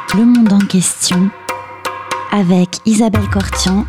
Le monde en question avec Isabelle Cortian.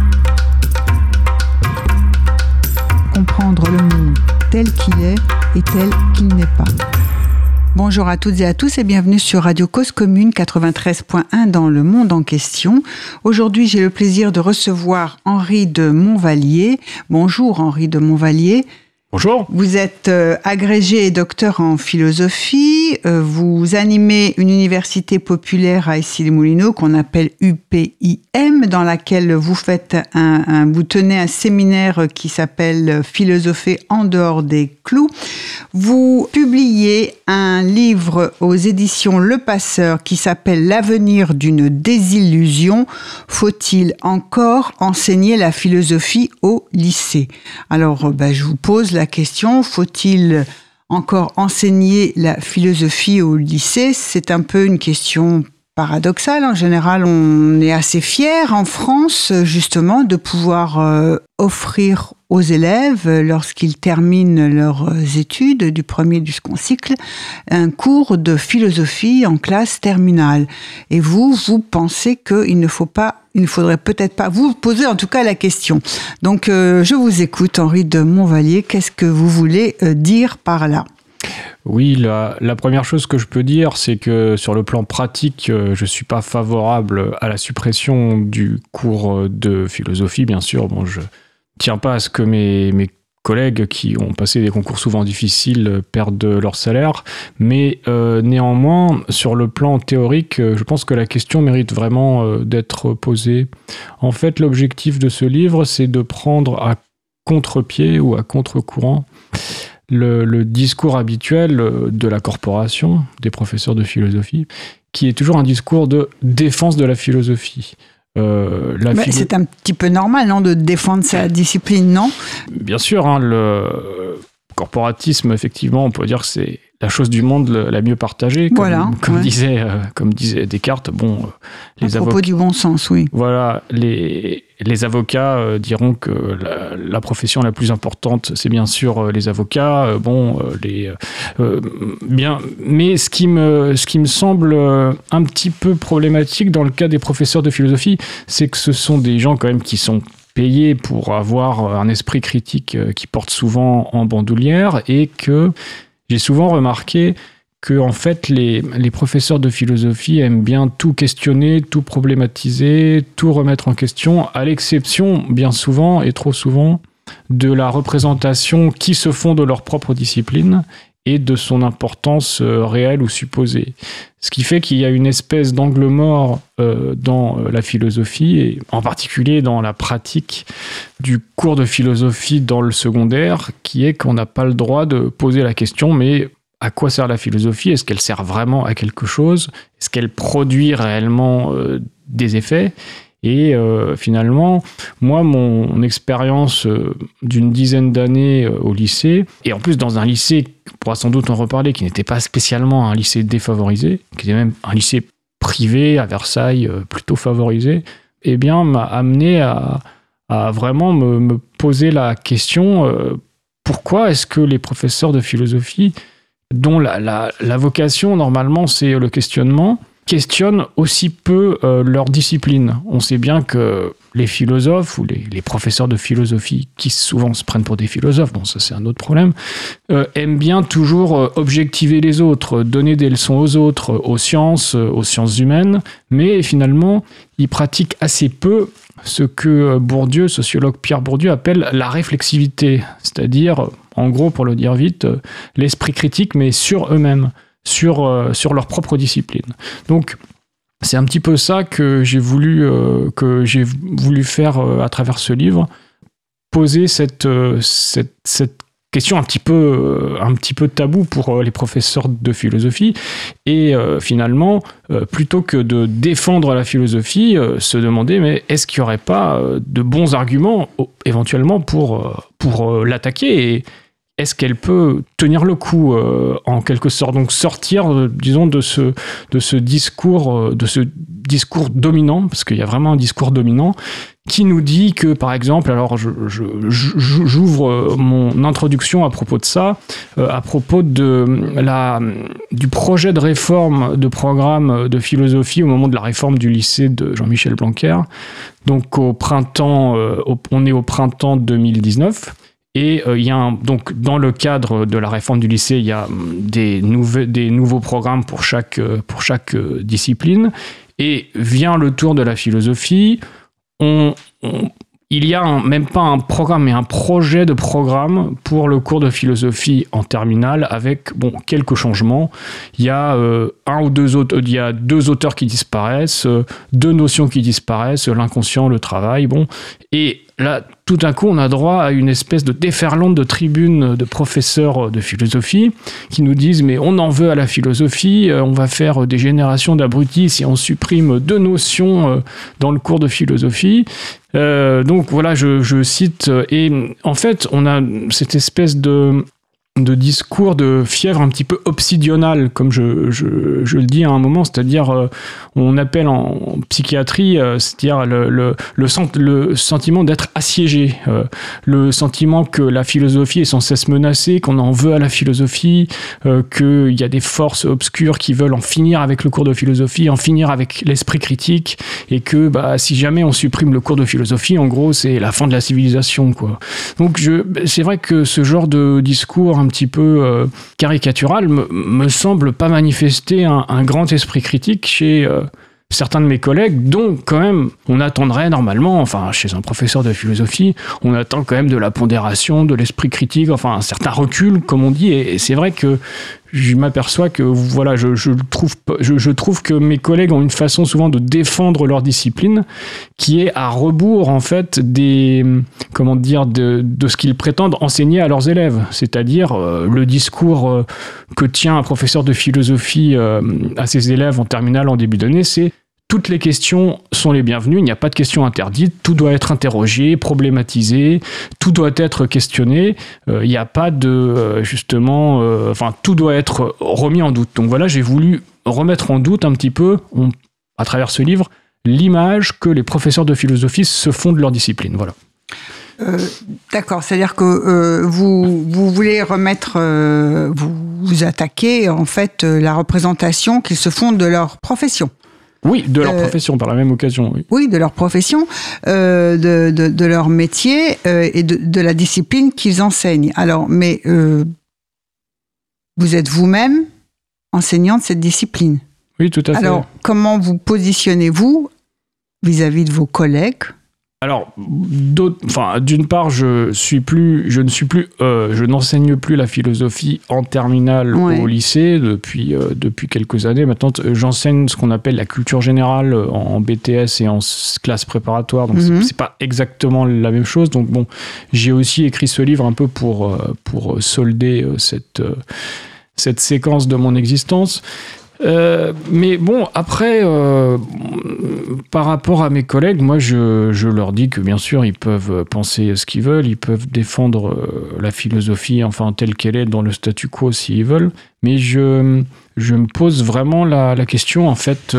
Comprendre le monde tel qu'il est et tel qu'il n'est pas. Bonjour à toutes et à tous et bienvenue sur Radio Cause Commune 93.1 dans le monde en question. Aujourd'hui, j'ai le plaisir de recevoir Henri de Montvallier. Bonjour Henri de Montvallier. Bonjour. Vous êtes agrégé et docteur en philosophie. Vous animez une université populaire à Issy-les-Moulineaux qu'on appelle UPIM, dans laquelle vous faites vous tenez un séminaire qui s'appelle Philosopher en dehors des clous. Vous publiez un livre aux éditions Le Passeur qui s'appelle L'avenir d'une désillusion. Faut-il encore enseigner la philosophie au lycée ? Alors, je vous pose la question, faut-il encore enseigner la philosophie au lycée ? C'est un peu une question paradoxale. En général, on est assez fiers en France, justement, de pouvoir offrir aux élèves, lorsqu'ils terminent leurs études du premier et du second cycle, un cours de philosophie en classe terminale. Et vous pensez qu'il ne faudrait peut-être pas, vous posez en tout cas la question. Donc, je vous écoute, Henri de Montvallier. Qu'est-ce que vous voulez dire par là ? Oui, la première chose que je peux dire, c'est que sur le plan pratique, je ne suis pas favorable à la suppression du cours de philosophie, bien sûr. Bon, je tiens pas à ce que mes collègues qui ont passé des concours souvent difficiles perdent leur salaire, mais néanmoins, sur le plan théorique, je pense que la question mérite vraiment d'être posée. En fait, l'objectif de ce livre, c'est de prendre à contre-pied ou à contre-courant le discours habituel de la corporation, des professeurs de philosophie, qui est toujours un discours de défense de la philosophie. C'est un petit peu normal, non, de défendre sa discipline, non ? Bien sûr, le corporatisme, effectivement, on peut dire que c'est la chose du monde la mieux partagée, comme disait Descartes. Les à propos du bon sens, oui. Voilà, les avocats diront que la profession la plus importante, c'est bien sûr les avocats. Mais ce qui me semble un petit peu problématique dans le cas des professeurs de philosophie, c'est que ce sont des gens quand même qui sont payés pour avoir un esprit critique qui porte souvent en bandoulière, et que j'ai souvent remarqué que en fait, les professeurs de philosophie aiment bien tout questionner, tout problématiser, tout remettre en question, à l'exception, bien souvent et trop souvent, de la représentation qui se font de leur propre discipline et de son importance réelle ou supposée. Ce qui fait qu'il y a une espèce d'angle mort dans la philosophie, et en particulier dans la pratique du cours de philosophie dans le secondaire, qui est qu'on n'a pas le droit de poser la question, mais à quoi sert la philosophie ? Est-ce qu'elle sert vraiment à quelque chose ? Est-ce qu'elle produit réellement des effets ? Et finalement, moi, mon expérience d'une dizaine d'années au lycée, et en plus dans un lycée, on pourra sans doute en reparler, qui n'était pas spécialement un lycée défavorisé, qui était même un lycée privé à Versailles, plutôt favorisé, m'a amené à vraiment me poser la question, pourquoi est-ce que les professeurs de philosophie, dont la vocation normalement c'est le questionnement, questionnent aussi peu leur discipline. On sait bien que les philosophes ou les professeurs de philosophie, qui souvent se prennent pour des philosophes, ça c'est un autre problème, aiment bien toujours objectiver les autres, donner des leçons aux autres, aux sciences humaines, mais finalement, ils pratiquent assez peu ce que Bourdieu, sociologue Pierre Bourdieu, appelle la réflexivité, c'est-à-dire, en gros, pour le dire vite, l'esprit critique, mais sur eux-mêmes, sur leur propre discipline. Donc, c'est un petit peu ça que j'ai voulu faire à travers ce livre, poser cette question un petit peu tabou pour les professeurs de philosophie, et finalement, plutôt que de défendre la philosophie, se demander, mais est-ce qu'il n'y aurait pas de bons arguments éventuellement pour l'attaquer, et est-ce qu'elle peut tenir le coup en quelque sorte, donc sortir, disons, de ce discours dominant, parce qu'il y a vraiment un discours dominant qui nous dit que, par exemple, alors j'ouvre mon introduction à propos de ça, à propos du projet de réforme de programme de philosophie au moment de la réforme du lycée de Jean-Michel Blanquer. Donc on est au printemps 2019. Et donc dans le cadre de la réforme du lycée, il y a des nouveaux programmes pour chaque discipline. Et vient le tour de la philosophie. Il y a même pas un programme, mais un projet de programme pour le cours de philosophie en terminale avec quelques changements. Il y a il y a 2 auteurs qui disparaissent, 2 notions qui disparaissent, l'inconscient, le travail, et là, tout d'un coup, on a droit à une espèce de déferlante de tribunes de professeurs de philosophie qui nous disent « mais on en veut à la philosophie, on va faire des générations d'abrutis si on supprime 2 notions dans le cours de philosophie ». Donc voilà, je cite, et en fait, on a cette espèce de discours de fièvre un petit peu obsidionale, comme je le dis à un moment, c'est-à-dire on appelle en psychiatrie, c'est-à-dire le sentiment d'être assiégé, le sentiment que la philosophie est sans cesse menacée, qu'on en veut à la philosophie, qu'il y a des forces obscures qui veulent en finir avec le cours de philosophie, en finir avec l'esprit critique, et que si jamais on supprime le cours de philosophie, en gros, c'est la fin de la civilisation, quoi. Donc c'est vrai que ce genre de discours un petit peu caricatural me semble pas manifester un grand esprit critique chez certains de mes collègues, dont quand même on attendrait normalement, enfin chez un professeur de philosophie, on attend quand même de la pondération, de l'esprit critique, enfin un certain recul comme on dit, et c'est vrai que je m'aperçois que voilà, je trouve que mes collègues ont une façon souvent de défendre leur discipline qui est à rebours en fait de ce qu'ils prétendent enseigner à leurs élèves, c'est-à-dire le discours que tient un professeur de philosophie à ses élèves en terminale en début d'année, c'est toutes les questions sont les bienvenues, il n'y a pas de questions interdites, tout doit être interrogé, problématisé, tout doit être questionné, il n'y a pas de, tout doit être remis en doute. Donc voilà, j'ai voulu remettre en doute un petit peu, à travers ce livre, l'image que les professeurs de philosophie se font de leur discipline. Voilà. D'accord, c'est-à-dire que vous voulez remettre, vous attaquez en fait la représentation qu'ils se font de leur profession. Oui, de leur profession, par la même occasion. Oui, oui, de leur profession, de leur métier et de la discipline qu'ils enseignent. Alors, mais vous êtes vous-même enseignant de cette discipline. Oui, tout à fait. Alors, comment vous positionnez-vous vis-à-vis de vos collègues ? Alors, d'une part, je n'enseigne plus la philosophie en terminale au lycée depuis quelques années. Maintenant, j'enseigne ce qu'on appelle la culture générale en BTS et en classe préparatoire. Donc, c'est pas exactement la même chose. Donc, j'ai aussi écrit ce livre un peu pour solder cette séquence de mon existence. Mais après, par rapport à mes collègues, moi je leur dis que bien sûr ils peuvent penser ce qu'ils veulent, ils peuvent défendre la philosophie telle qu'elle est dans le statu quo s'ils veulent, mais je me pose vraiment la question en fait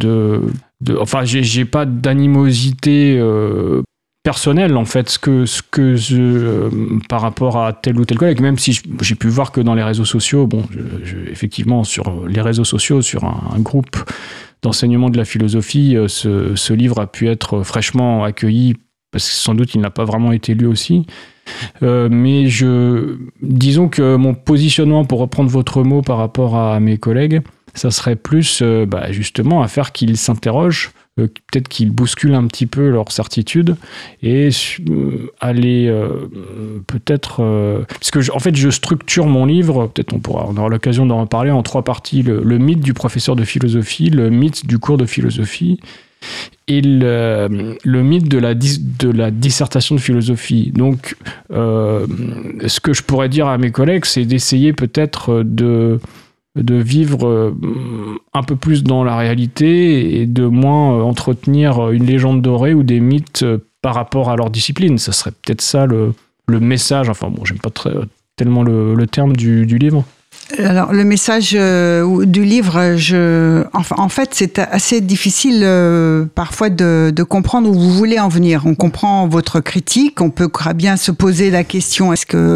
j'ai pas d'animosité personnel en fait par rapport à tel ou tel collègue, même si j'ai pu voir que dans les réseaux sociaux, effectivement sur les réseaux sociaux, sur un groupe d'enseignement de la philosophie, ce livre a pu être fraîchement accueilli parce que sans doute il n'a pas vraiment été lu aussi, mais disons que mon positionnement, pour reprendre votre mot par rapport à mes collègues, ça serait plus justement à faire qu'ils s'interrogent, peut-être qu'ils bousculent un petit peu leur certitude et aller parce que en fait je structure mon livre, peut-être on aura l'occasion d'en reparler, en 3 parties: le mythe du professeur de philosophie, le mythe du cours de philosophie et le mythe de la dissertation de philosophie. Donc ce que je pourrais dire à mes collègues, c'est d'essayer peut-être de vivre un peu plus dans la réalité et de moins entretenir une légende dorée ou des mythes par rapport à leur discipline. Ça serait peut-être ça le message. J'aime pas tellement le terme du livre. Alors, le message du livre, en fait, c'est assez difficile parfois de comprendre où vous voulez en venir. On comprend votre critique, on peut bien se poser la question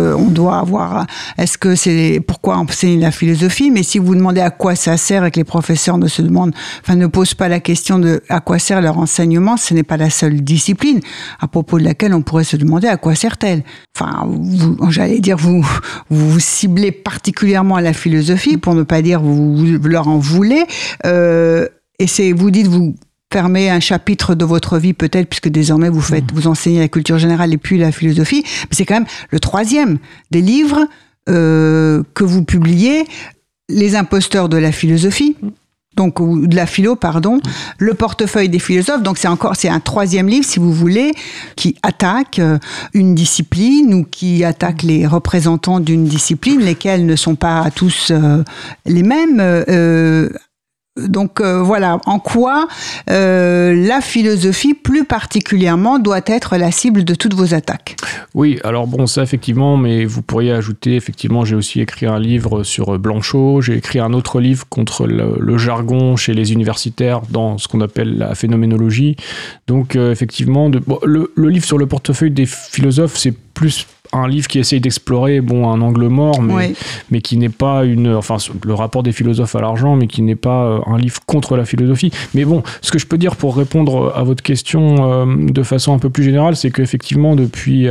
pourquoi enseigner la philosophie, mais si vous demandez à quoi ça sert et que les professeurs ne posent pas la question de à quoi sert leur enseignement, ce n'est pas la seule discipline à propos de laquelle on pourrait se demander à quoi sert-elle. Enfin, vous ciblez particulièrement la philosophie, pour ne pas dire vous leur en voulez, et vous fermez un chapitre de votre vie peut-être, puisque désormais vous enseignez la culture générale et puis la philosophie, mais c'est quand même le 3e des livres que vous publiez, Les imposteurs de la philosophie. Donc, ou de la philo, pardon, Le portefeuille des philosophes. Donc, c'est un 3e livre, si vous voulez, qui attaque une discipline ou qui attaque les représentants d'une discipline, lesquels ne sont pas tous les mêmes. Donc voilà, en quoi la philosophie, plus particulièrement, doit être la cible de toutes vos attaques. Oui, alors bon, ça effectivement, mais vous pourriez ajouter, effectivement, j'ai aussi écrit un livre sur Blanchot, j'ai écrit un autre livre contre le jargon chez les universitaires dans ce qu'on appelle la phénoménologie. Donc effectivement, le livre sur le portefeuille des philosophes, c'est plus un livre qui essaye d'explorer un angle mort, mais qui n'est pas le rapport des philosophes à l'argent, mais qui n'est pas un livre contre la philosophie. Mais bon, ce que je peux dire pour répondre à votre question de façon un peu plus générale, c'est qu'effectivement, depuis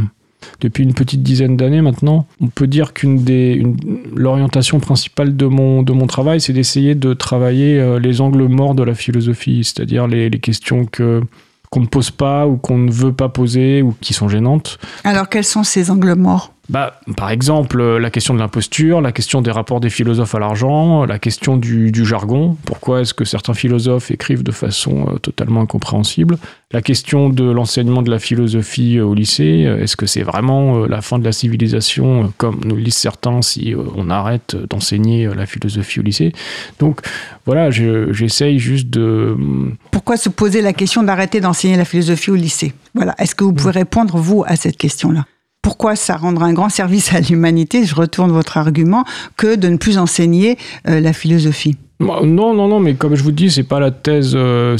une petite dizaine d'années maintenant, on peut dire l'orientation principale de mon travail, c'est d'essayer de travailler les angles morts de la philosophie, c'est-à-dire les questions qu'on ne pose pas ou qu'on ne veut pas poser ou qui sont gênantes. Alors, quels sont ces angles morts ? Par exemple, la question de l'imposture, la question des rapports des philosophes à l'argent, la question du jargon. Pourquoi est-ce que certains philosophes écrivent de façon totalement incompréhensible ? La question de l'enseignement de la philosophie au lycée. Est-ce que c'est vraiment la fin de la civilisation, comme nous le disent certains, si on arrête d'enseigner la philosophie au lycée ? Donc, voilà, j'essaye juste de... Pourquoi se poser la question d'arrêter d'enseigner la philosophie au lycée ? Voilà. Est-ce que vous pouvez répondre, vous, à cette question-là ? Pourquoi ça rendra un grand service à l'humanité, je retourne votre argument, que de ne plus enseigner la philosophie ? Non, mais comme je vous dis, c'est pas la thèse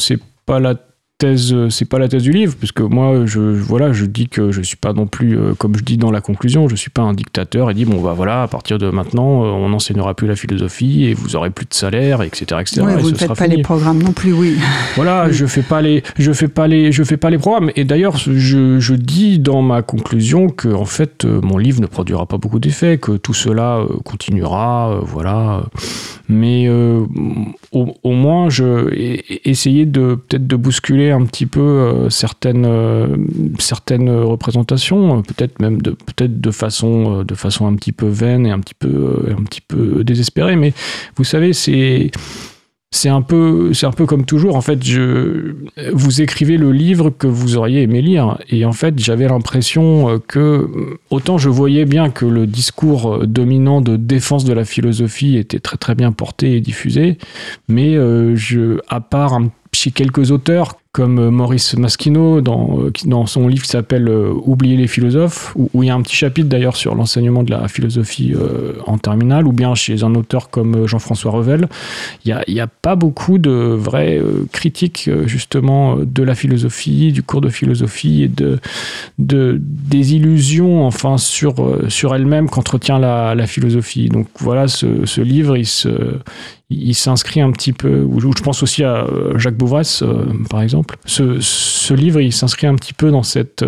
du livre, puisque moi, je dis que je suis pas non plus, comme je dis dans la conclusion, je suis pas un dictateur et dis à partir de maintenant, on n'enseignera plus la philosophie et vous aurez plus de salaire, etc. Oui, vous ne faites pas les programmes non plus, oui. Voilà, oui. Je fais pas les programmes. Et d'ailleurs, je dis dans ma conclusion que en fait, mon livre ne produira pas beaucoup d'effets, que tout cela continuera, voilà. Mais au moins, essayer peut-être de bousculer un petit peu certaines représentations, peut-être de façon un petit peu vaine et un petit peu désespérée. Mais vous savez, c'est un peu comme toujours. En fait, vous écrivez le livre que vous auriez aimé lire. Et en fait, j'avais l'impression que, autant je voyais bien que le discours dominant de défense de la philosophie était très très bien porté et diffusé, mais à part chez quelques auteurs, comme Maurice Maschino, dans son livre qui s'appelle « Oublier les philosophes », où il y a un petit chapitre d'ailleurs sur l'enseignement de la philosophie en terminale, ou bien chez un auteur comme Jean-François Revel, il n'y a pas beaucoup de vraies critiques justement de la philosophie, du cours de philosophie et des illusions sur elle-même qu'entretient la philosophie. Donc voilà, ce livre, il s'inscrit un petit peu, ou je pense aussi à Jacques Bouvresse, par exemple. Ce livre, il s'inscrit un petit peu dans cette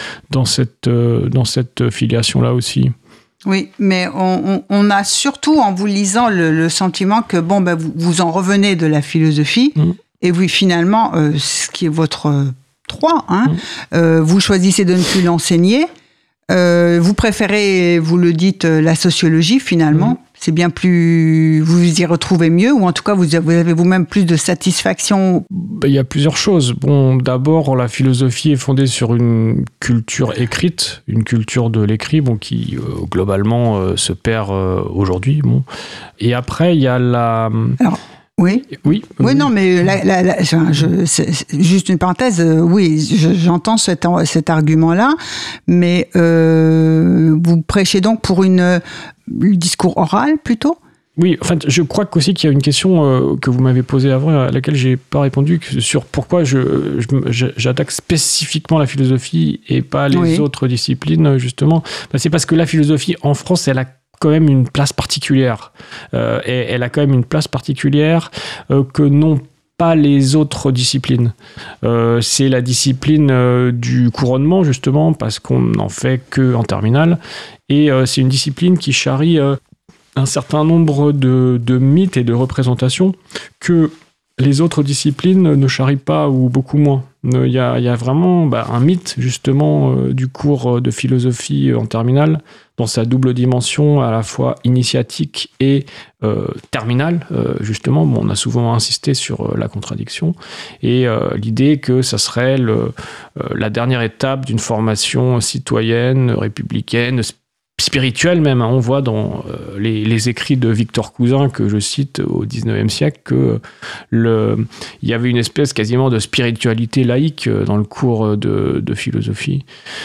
filiation-là aussi. Oui, mais on a surtout, en vous lisant, le sentiment que vous en revenez de la philosophie, et vous, finalement, ce qui est votre droit, vous choisissez de ne plus l'enseigner. Vous préférez, vous le dites, la sociologie, finalement. C'est bien plus... Vous y retrouvez mieux, ou en tout cas, vous avez vous-même plus de satisfaction. Il y a plusieurs choses. Bon, d'abord, la philosophie est fondée sur une culture écrite, une culture de l'écrit, qui globalement se perd aujourd'hui. Bon. Et après, il y a la... Oui. Oui. Non, mais c'est juste une parenthèse. Oui, j'entends cet argument-là, mais vous prêchez donc pour le discours oral plutôt ? Oui, enfin, je crois qu'aussi qu'il y a une question que vous m'avez posée avant, à laquelle j'ai pas répondu, sur pourquoi j'attaque spécifiquement la philosophie et pas les autres disciplines, justement. C'est parce que la philosophie, en France, elle a quand même une place particulière. Et elle a quand même une place particulière que n'ont pas les autres disciplines. C'est la discipline du couronnement, justement, parce qu'on n'en fait qu'en terminale. Et c'est une discipline qui charrie un certain nombre de mythes et de représentations que les autres disciplines ne charrient pas, ou beaucoup moins. Il y a vraiment un mythe, justement, du cours de philosophie en terminale, dans sa double dimension, à la fois initiatique et terminale, justement. On a souvent insisté sur la contradiction, et l'idée que ça serait la dernière étape d'une formation citoyenne, républicaine, spirituel même. On voit dans les écrits de Victor Cousin, que je cite, au XIXe siècle, qu'il y avait une espèce quasiment de spiritualité laïque dans le cours de philosophie.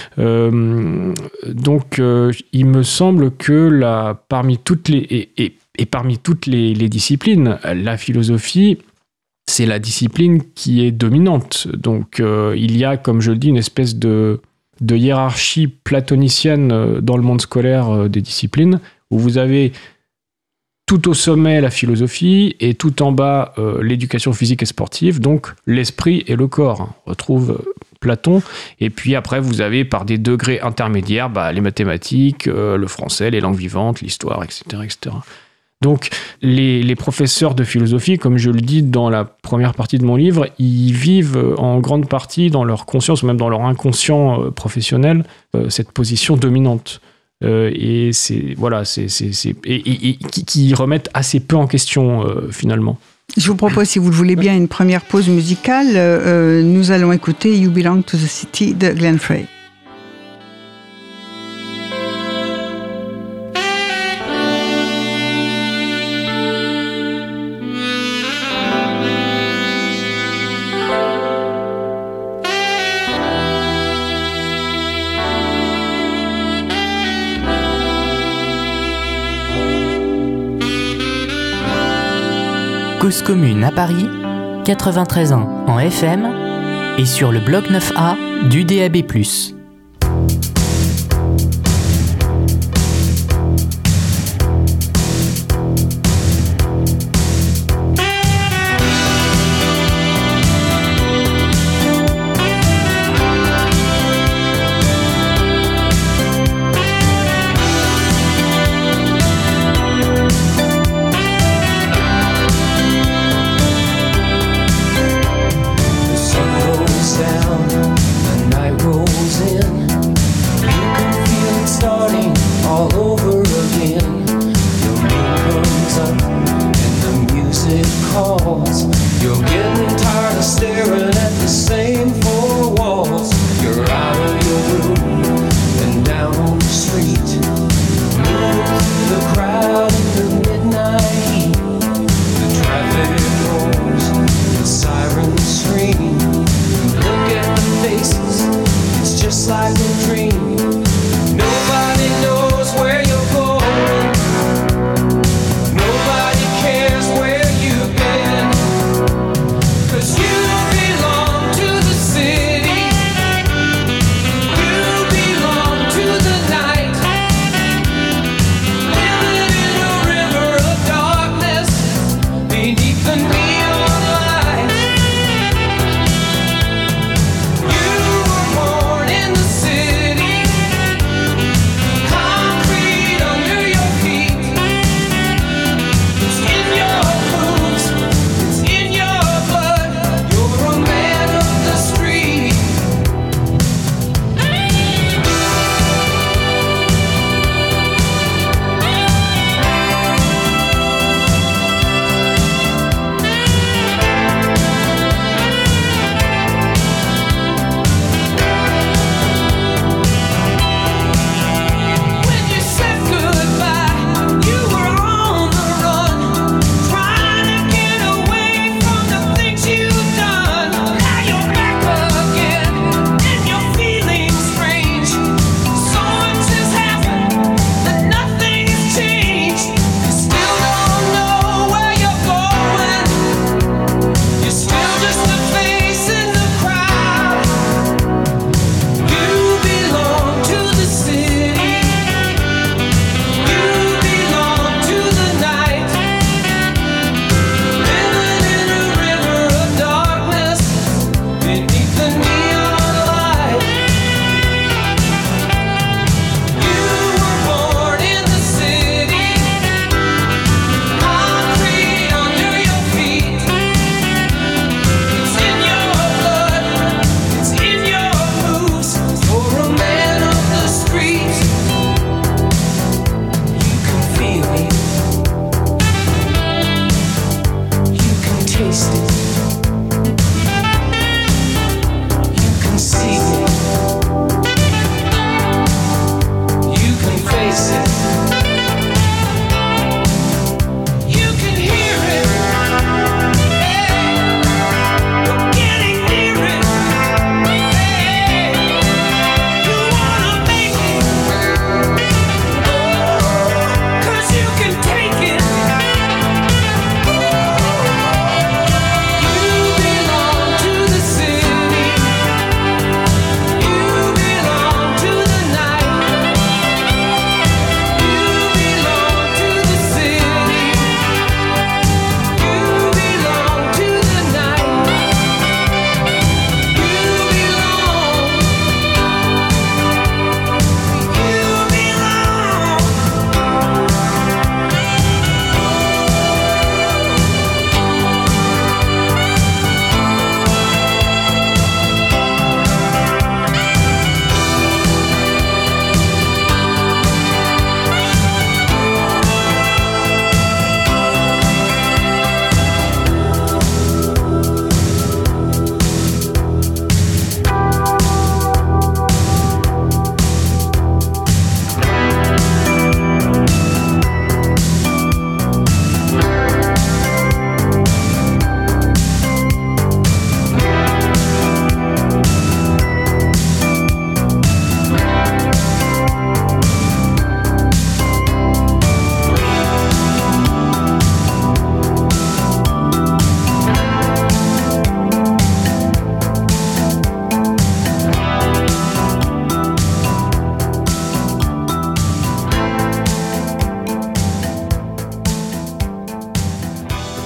Donc, il me semble que parmi toutes les disciplines, la philosophie, c'est la discipline qui est dominante. Donc, il y a, comme je le dis, une espèce de hiérarchie platonicienne dans le monde scolaire des disciplines, où vous avez tout au sommet la philosophie et tout en bas l'éducation physique et sportive, donc l'esprit et le corps. On retrouve Platon, et puis après vous avez par des degrés intermédiaires les mathématiques, le français, les langues vivantes, l'histoire, etc. etc. Donc, les professeurs de philosophie, comme je le dis dans la première partie de mon livre, ils vivent en grande partie dans leur conscience, ou même dans leur inconscient professionnel, cette position dominante. Et qui remettent assez peu en question, finalement. Je vous propose, si vous le voulez bien, une première pause musicale. Nous allons écouter You Belong to the City de Glenn Frey. Cause commune à Paris, 93 ans en FM et sur le bloc 9A du DAB+. To the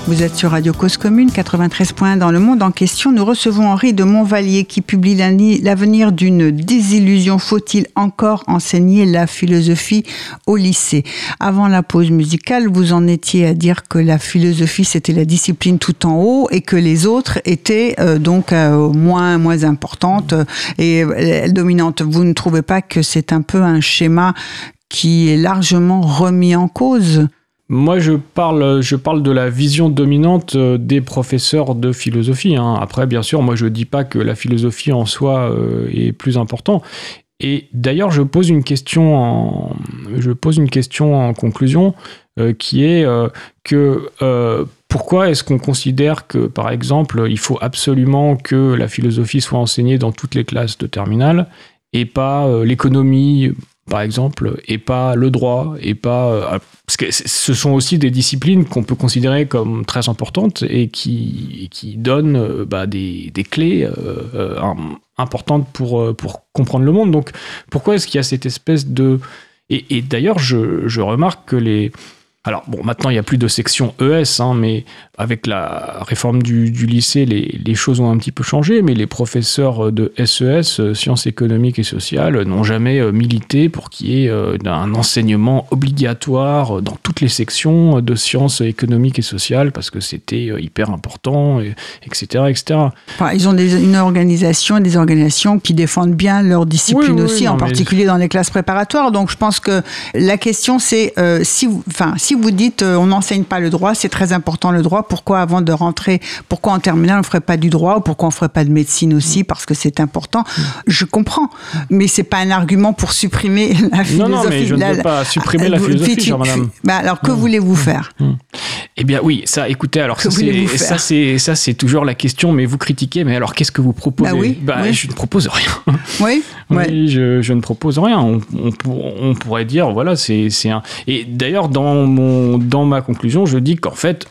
Vous êtes sur Radio Cause Commune, 93.1 dans le monde en question. Nous recevons Henri de Montvalier qui publie L'avenir d'une désillusion. Faut-il encore enseigner la philosophie au lycée? Avant la pause musicale, vous en étiez à dire que la philosophie, c'était la discipline tout en haut et que les autres étaient moins importantes et dominantes. Vous ne trouvez pas que c'est un peu un schéma qui est largement remis en cause? Moi, je parle de la vision dominante des professeurs de philosophie. Après, bien sûr, moi, je dis pas que la philosophie en soi est plus important. Et d'ailleurs, je pose une question en conclusion, qui est pourquoi est-ce qu'on considère que, par exemple, il faut absolument que la philosophie soit enseignée dans toutes les classes de terminale et pas l'économie, par exemple, et pas le droit, et pas... parce que ce sont aussi des disciplines qu'on peut considérer comme très importantes et qui donnent des clés importantes pour comprendre le monde. Donc, pourquoi est-ce qu'il y a cette espèce de... Et d'ailleurs, je remarque que les... Alors, bon, maintenant, il n'y a plus de section ES, mais avec la réforme du lycée, les choses ont un petit peu changé, mais les professeurs de SES, sciences économiques et sociales, n'ont jamais milité pour qu'il y ait un enseignement obligatoire dans toutes les sections de sciences économiques et sociales, parce que c'était hyper important, etc., etc. Enfin, ils ont des organisations qui défendent bien leur discipline aussi, en particulier dans les classes préparatoires. Donc, je pense que la question, c'est si vous dites on n'enseigne pas le droit, c'est très important le droit, pourquoi avant de rentrer, pourquoi en terminale on ne ferait pas du droit, ou pourquoi on ne ferait pas de médecine aussi, parce que c'est important. Je comprends, mais c'est pas un argument pour supprimer la philosophie. Non, mais je ne veux pas supprimer la philosophie, chère madame. Alors, que voulez-vous faire? Eh bien oui, ça, écoutez, alors ça c'est toujours la question, mais vous critiquez, mais alors qu'est-ce que vous proposez? Je ne propose rien. Oui, je ne propose rien. On pourrait dire, voilà, c'est un... Et d'ailleurs, dans ma conclusion, je dis qu'en fait,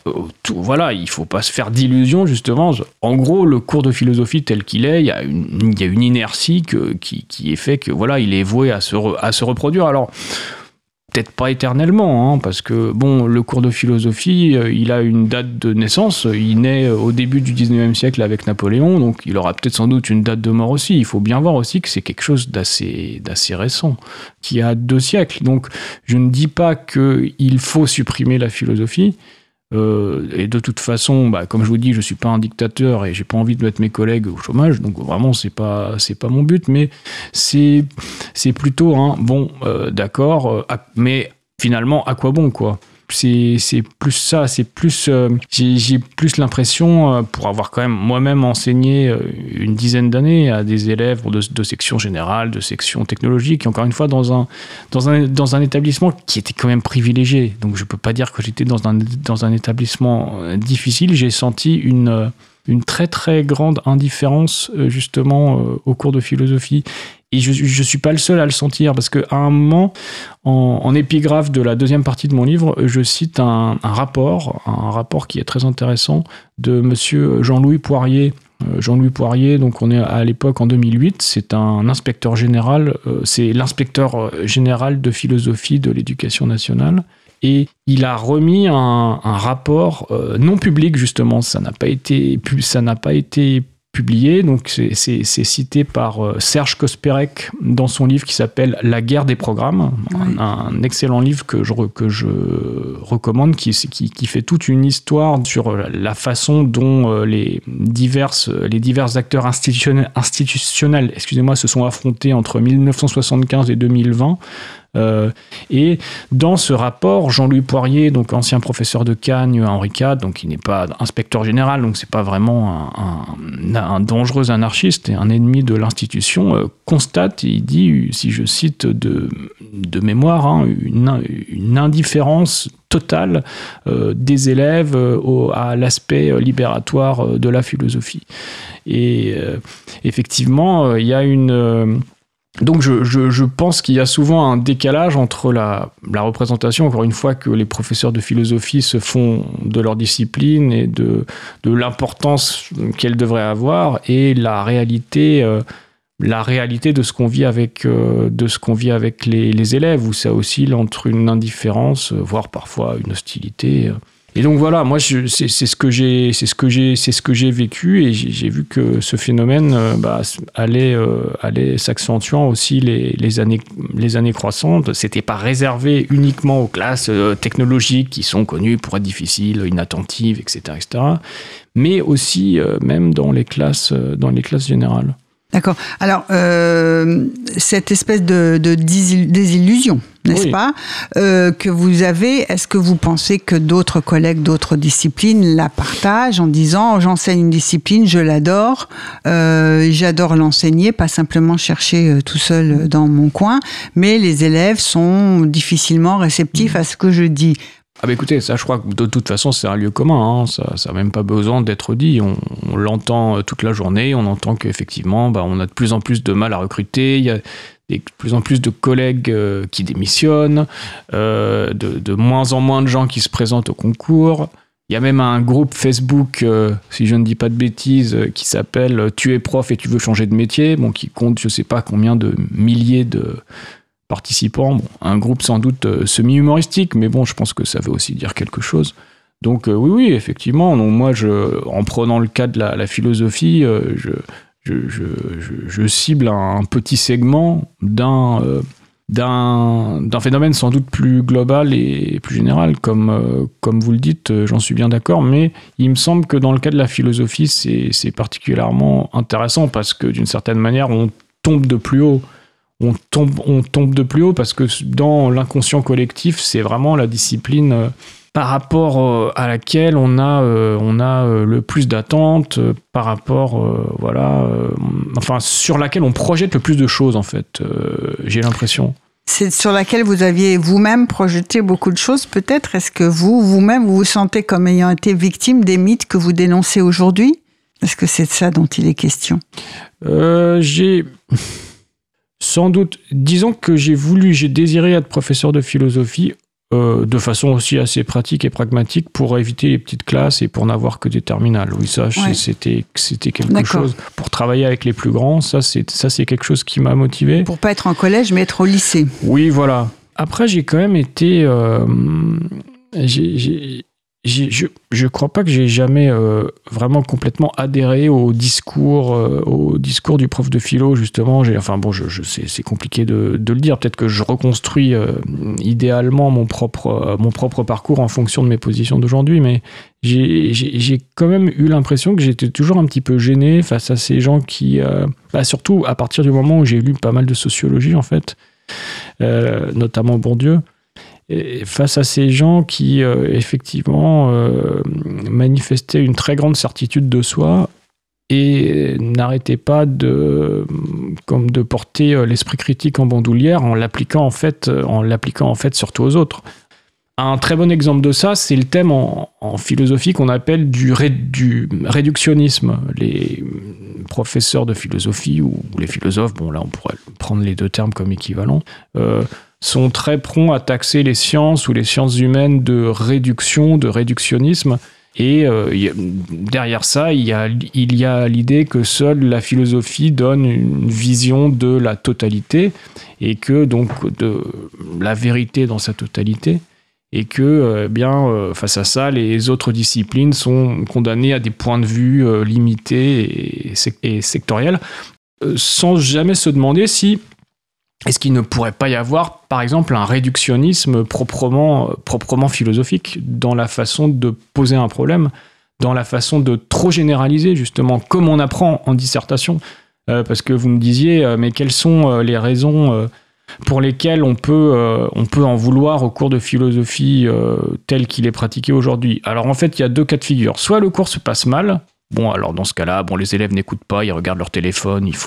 il faut pas se faire d'illusions, justement. En gros, le cours de philosophie tel qu'il est, il y a une inertie qui est fait que, voilà, il est voué à se reproduire. Alors, peut-être pas éternellement, parce que, bon, le cours de philosophie, il a une date de naissance. Il naît au début du 19e siècle avec Napoléon, donc il aura peut-être sans doute une date de mort aussi. Il faut bien voir aussi que c'est quelque chose d'assez récent, qui a 2 siècles. Donc, je ne dis pas qu'il faut supprimer la philosophie. Et de toute façon, comme je vous dis, je suis pas un dictateur et j'ai pas envie de mettre mes collègues au chômage, donc vraiment c'est pas mon but, mais c'est plutôt d'accord, mais finalement à quoi bon, quoi. C'est plus ça, c'est plus j'ai plus l'impression, pour avoir quand même moi-même enseigné une dizaine d'années à des élèves de section générale, de section technologique, et encore une fois dans un établissement qui était quand même privilégié. Donc je peux pas dire que j'étais dans un établissement difficile. J'ai senti une très très grande indifférence justement au cours de philosophie. Et je suis pas le seul à le sentir, parce qu'à un moment, en épigraphe de la 2e partie de mon livre, je cite un rapport qui est très intéressant de monsieur Jean-Louis Poirier. Jean-Louis Poirier, donc on est à l'époque en 2008, c'est un inspecteur général, c'est l'inspecteur général de philosophie de l'éducation nationale. Et il a remis un rapport non public, justement, ça n'a pas été publié, donc c'est cité par Serge Kospérek dans son livre qui s'appelle La guerre des programmes, un excellent livre que je recommande, qui fait toute une histoire sur la façon dont les divers acteurs institutionnels, se sont affrontés entre 1975 et 2020. Et dans ce rapport, Jean-Louis Poirier, donc ancien professeur de Cagnes à Henri IV, donc il n'est pas inspecteur général, donc c'est pas vraiment un dangereux anarchiste et un ennemi de l'institution, constate, il dit, si je cite de mémoire, une indifférence totale des élèves à l'aspect libératoire de la philosophie. Et effectivement, il y a une... Donc je pense qu'il y a souvent un décalage entre la représentation, encore une fois, que les professeurs de philosophie se font de leur discipline et de l'importance qu'elle devrait avoir, et la réalité de ce qu'on vit avec les élèves, où ça oscille entre une indifférence, voire parfois une hostilité. Et donc voilà, moi c'est ce que j'ai vécu, et j'ai vu que ce phénomène allait s'accentuant aussi les années croissantes. C'était pas réservé uniquement aux classes technologiques qui sont connues pour être difficiles, inattentives, etc., mais aussi même dans les classes générales. D'accord. Alors, cette espèce de désillusion, n'est-ce pas, que vous avez, est-ce que vous pensez que d'autres collègues d'autres disciplines la partagent en disant « j'enseigne une discipline, je l'adore, j'adore l'enseigner, pas simplement chercher tout seul dans mon coin, mais les élèves sont difficilement réceptifs à ce que je dis ». Ah bah écoutez, ça je crois que de toute façon c'est un lieu commun, hein. Ça n'a même pas besoin d'être dit, on l'entend toute la journée, on entend qu'effectivement on a de plus en plus de mal à recruter, il y a de plus en plus de collègues qui démissionnent, de moins en moins de gens qui se présentent au concours. Il y a même un groupe Facebook, si je ne dis pas de bêtises, qui s'appelle « Tu es prof et tu veux changer de métier », qui compte je ne sais pas combien de milliers de participants, un groupe sans doute semi-humoristique, mais je pense que ça veut aussi dire quelque chose. Donc oui, effectivement, donc moi, en prenant le cas de la philosophie, je cible un petit segment d'un phénomène sans doute plus global et plus général, comme vous le dites, j'en suis bien d'accord, mais il me semble que dans le cas de la philosophie, c'est particulièrement intéressant parce que d'une certaine manière, on tombe de plus haut. On tombe de plus haut parce que dans l'inconscient collectif, c'est vraiment la discipline par rapport à laquelle on a le plus d'attentes, par rapport, sur laquelle on projette le plus de choses, en fait, j'ai l'impression. C'est sur laquelle vous aviez vous-même projeté beaucoup de choses, peut-être. Est-ce que vous-même, vous sentez comme ayant été victime des mythes que vous dénoncez aujourd'hui ? Est-ce que c'est de ça dont il est question ? Sans doute. Disons que j'ai désiré être professeur de philosophie de façon aussi assez pratique et pragmatique pour éviter les petites classes et pour n'avoir que des terminales. Oui, ça, c'était quelque chose. Pour travailler avec les plus grands, ça c'est quelque chose qui m'a motivé. Pour pas être en collège, mais être au lycée. Oui, voilà. Après, j'ai quand même été... Je crois pas que j'ai jamais vraiment complètement adhéré au discours du prof de philo, justement. C'est compliqué de le dire. Peut-être que je reconstruis idéalement mon propre parcours en fonction de mes positions d'aujourd'hui, mais j'ai quand même eu l'impression que j'étais toujours un petit peu gêné face à ces gens qui, surtout à partir du moment où j'ai lu pas mal de sociologie, en fait, notamment Bourdieu. Et face à ces gens qui, effectivement, manifestaient une très grande certitude de soi et n'arrêtaient pas de porter l'esprit critique en bandoulière en l'appliquant en fait surtout aux autres. Un très bon exemple de ça, c'est le thème en philosophie qu'on appelle du réductionnisme. Les professeurs de philosophie ou les philosophes, là on pourrait prendre les deux termes comme équivalents, sont très prompts à taxer les sciences ou les sciences humaines de réduction, de réductionnisme. Et derrière ça, il y a l'idée que seule la philosophie donne une vision de la totalité et que donc de la vérité dans sa totalité. Et que, face à ça, les autres disciplines sont condamnées à des points de vue limités et sectoriels, sans jamais se demander si est-ce qu'il ne pourrait pas y avoir, par exemple, un réductionnisme proprement philosophique dans la façon de poser un problème, dans la façon de trop généraliser, justement, comme on apprend en dissertation. Parce que vous me disiez, mais quelles sont les raisons pour lesquelles on peut en vouloir au cours de philosophie tel qu'il est pratiqué aujourd'hui? Alors en fait, il y a deux cas de figure. Soit le cours se passe mal. Alors dans ce cas-là, les élèves n'écoutent pas, ils regardent leur téléphone, ils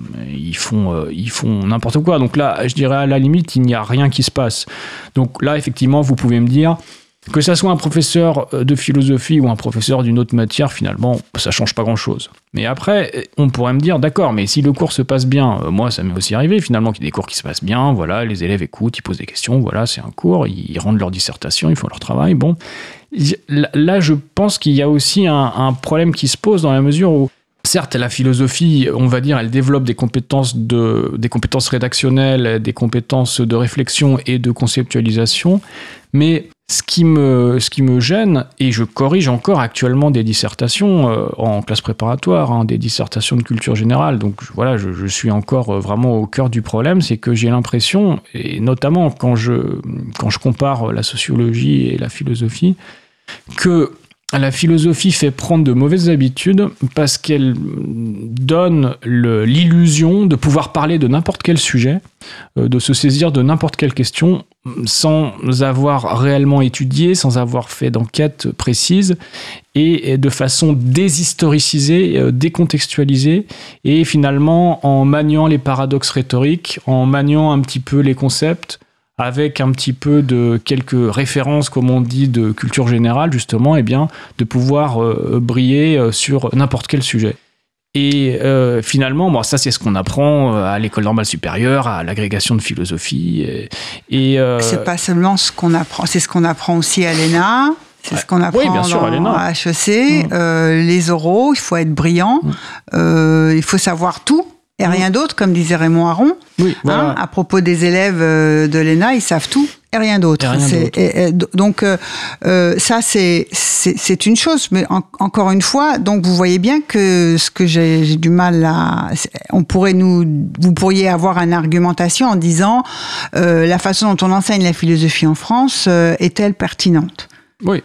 font n'importe quoi. Donc là, je dirais à la limite, il n'y a rien qui se passe. Donc là, effectivement, vous pouvez me dire que ça soit un professeur de philosophie ou un professeur d'une autre matière, finalement, ça change pas grand-chose. Mais après, on pourrait me dire, d'accord, mais si le cours se passe bien, moi, ça m'est aussi arrivé, finalement, qu'il y ait des cours qui se passent bien, voilà, les élèves écoutent, ils posent des questions, voilà, c'est un cours, ils rendent leur dissertation, ils font leur travail, bon. Là, je pense qu'il y a aussi un problème qui se pose dans la mesure où, certes, la philosophie, on va dire, elle développe des compétences rédactionnelles, des compétences de réflexion et de conceptualisation, mais Ce qui me gêne, et je corrige encore actuellement des dissertations en classe préparatoire, des dissertations de culture générale, donc voilà, je suis encore vraiment au cœur du problème, c'est que j'ai l'impression, et notamment quand je compare la sociologie et la philosophie, que la philosophie fait prendre de mauvaises habitudes parce qu'elle donne l'illusion de pouvoir parler de n'importe quel sujet, de se saisir de n'importe quelle question sans avoir réellement étudié, sans avoir fait d'enquête précise et de façon déshistoricisée, décontextualisée et finalement en maniant les paradoxes rhétoriques, en maniant un petit peu les concepts, avec un petit peu de quelques références, comme on dit, de culture générale, justement, et bien, de pouvoir briller sur n'importe quel sujet. Et finalement, ça, c'est ce qu'on apprend à l'école normale supérieure, à l'agrégation de philosophie. C'est pas seulement ce qu'on apprend, c'est ce qu'on apprend aussi à l'ENA. C'est ce qu'on apprend bien sûr, à HEC. Les oraux, il faut être brillant. Il faut savoir tout. Et rien d'autre, comme disait Raymond Aron. Oui, voilà. À propos des élèves de l'ENA, ils savent tout et rien d'autre. Donc, ça, c'est une chose. Mais encore une fois, donc vous voyez bien que ce que j'ai du mal à... vous pourriez avoir une argumentation en disant la façon dont on enseigne la philosophie en France est-elle pertinente ? Oui.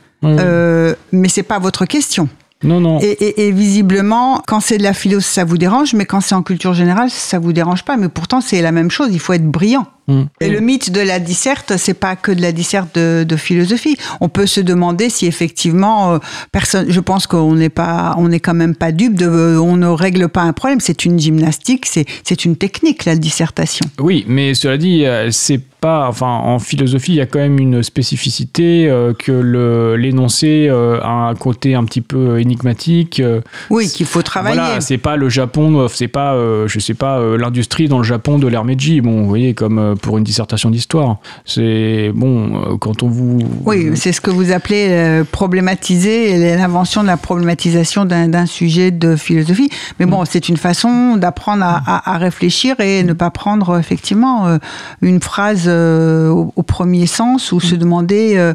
Mais c'est pas votre question. Non. Et visiblement, quand c'est de la philo, ça vous dérange, mais quand c'est en culture générale, ça vous dérange pas. Mais pourtant, c'est la même chose. Il faut être brillant. Et le mythe de la disserte, c'est pas que de la disserte de philosophie. On peut se demander si effectivement, je pense qu'on n'est quand même pas dupe on ne règle pas un problème. C'est une gymnastique, c'est une technique, la dissertation. Oui, mais cela dit, c'est pas, en philosophie, il y a quand même une spécificité que l'énoncé a un côté un petit peu énigmatique. Oui, qu'il faut travailler. Voilà, c'est pas le Japon, c'est pas, l'industrie dans le Japon de l'ère Meiji. Bon, vous voyez, comme pour une dissertation d'histoire. C'est quand on vous... Oui, c'est ce que vous appelez problématiser, l'invention de la problématisation d'un sujet de philosophie. Mais bon, c'est une façon d'apprendre à réfléchir et ne pas prendre effectivement une phrase au premier sens ou se demander...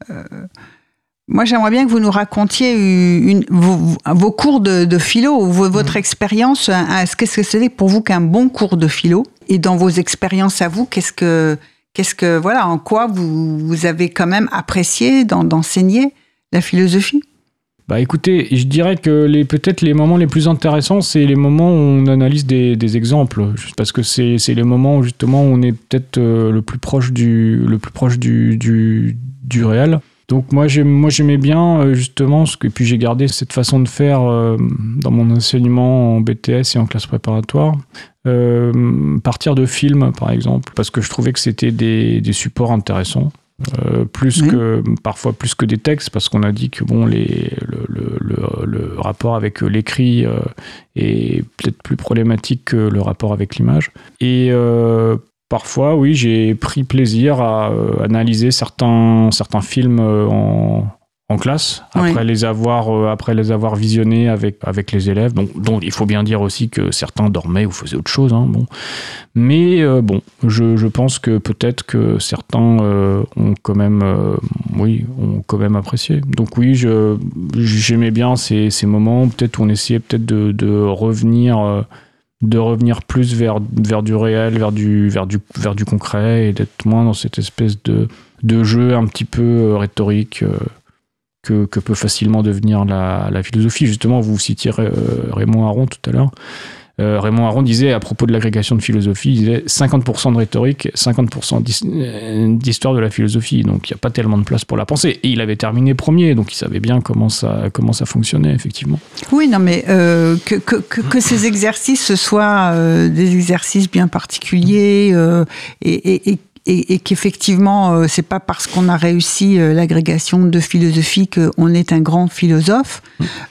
Moi, j'aimerais bien que vous nous racontiez vos cours de philo, ou votre expérience. Qu'est-ce que c'est pour vous qu'un bon cours de philo ? Et dans vos expériences à vous, en quoi vous avez quand même apprécié d'enseigner la philosophie ? Écoutez, je dirais que peut-être les moments les plus intéressants, c'est les moments où on analyse des exemples, parce que c'est les moments où justement on est peut-être le plus proche du réel. Donc moi j'aimais bien justement et puis j'ai gardé cette façon de faire dans mon enseignement en BTS et en classe préparatoire, partir de films par exemple, parce que je trouvais que c'était des supports intéressants. Parfois plus que des textes, parce qu'on a dit que le rapport avec l'écrit est peut-être plus problématique que le rapport avec l'image. Et parfois, oui, j'ai pris plaisir à analyser certains films en classe, après les avoir visionnés avec les élèves. Donc il faut bien dire aussi que certains dormaient ou faisaient autre chose. Mais je pense que peut-être que certains ont quand même apprécié. Donc oui, j'aimais bien ces moments peut-être où on essayait peut-être de revenir plus vers du réel, vers du concret, et d'être moins dans cette espèce de jeu un petit peu rhétorique que peut facilement devenir la philosophie. Justement, vous citiez Raymond Aron tout à l'heure. Raymond Aron disait, à propos de l'agrégation de philosophie, il disait 50% de rhétorique, 50% d'histoire de la philosophie. Donc, il n'y a pas tellement de place pour la pensée. Et il avait terminé premier, donc il savait bien comment ça fonctionnait, effectivement. Oui, non, mais que ces exercices soient des exercices bien particuliers et qu'effectivement, c'est pas parce qu'on a réussi l'agrégation de philosophie qu'on est un grand philosophe.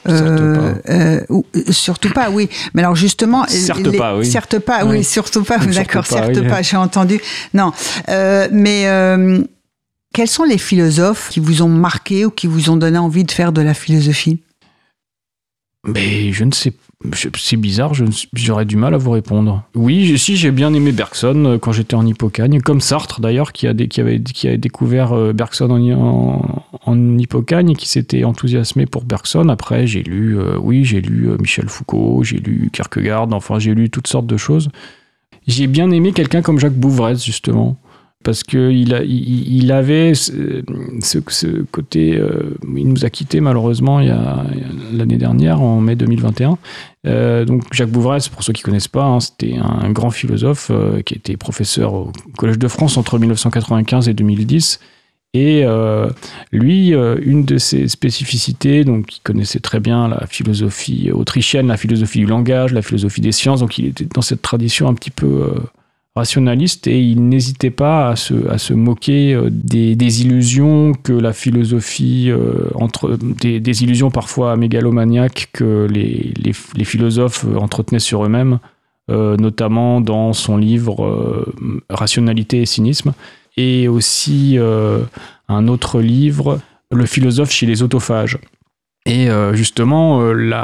Surtout pas, oui. Mais alors justement, certes pas, d'accord, certes pas. J'ai entendu. Non, mais quels sont les philosophes qui vous ont marqué ou qui vous ont donné envie de faire de la philosophie ? Mais je ne sais pas. C'est bizarre, j'aurais du mal à vous répondre. Oui, j'ai bien aimé Bergson quand j'étais en Hippocagne, comme Sartre d'ailleurs, qui a découvert Bergson en Hippocagne et qui s'était enthousiasmé pour Bergson. Après, j'ai lu Michel Foucault, j'ai lu Kierkegaard, enfin j'ai lu toutes sortes de choses. J'ai bien aimé quelqu'un comme Jacques Bouvresse, justement. Parce qu'il avait ce côté... il nous a quittés malheureusement l'année dernière, en mai 2021. Donc Jacques Bouvresse, pour ceux qui ne connaissent pas, c'était un grand philosophe qui était professeur au Collège de France entre 1995 et 2010. Et lui, une de ses spécificités, donc il connaissait très bien la philosophie autrichienne, la philosophie du langage, la philosophie des sciences, donc il était dans cette tradition un petit peu... rationaliste, et il n'hésitait pas à se moquer des illusions que la philosophie, des illusions parfois mégalomaniaques que les philosophes entretenaient sur eux-mêmes, notamment dans son livre Rationalité et cynisme, et aussi un autre livre, Le philosophe chez les autophages. Et justement,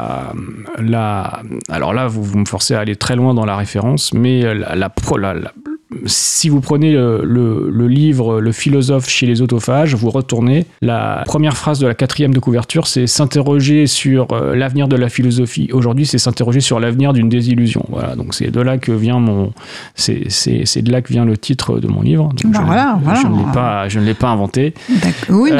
alors là, vous me forcez à aller très loin dans la référence, mais si vous prenez le livre Le philosophe chez les autophages, vous retournez, la première phrase de la 4e de couverture, c'est s'interroger sur l'avenir de la philosophie. Aujourd'hui, c'est s'interroger sur l'avenir d'une désillusion. Voilà, donc c'est de là que vient c'est de là que vient le titre de mon livre. Donc je ne l'ai pas inventé. Oui,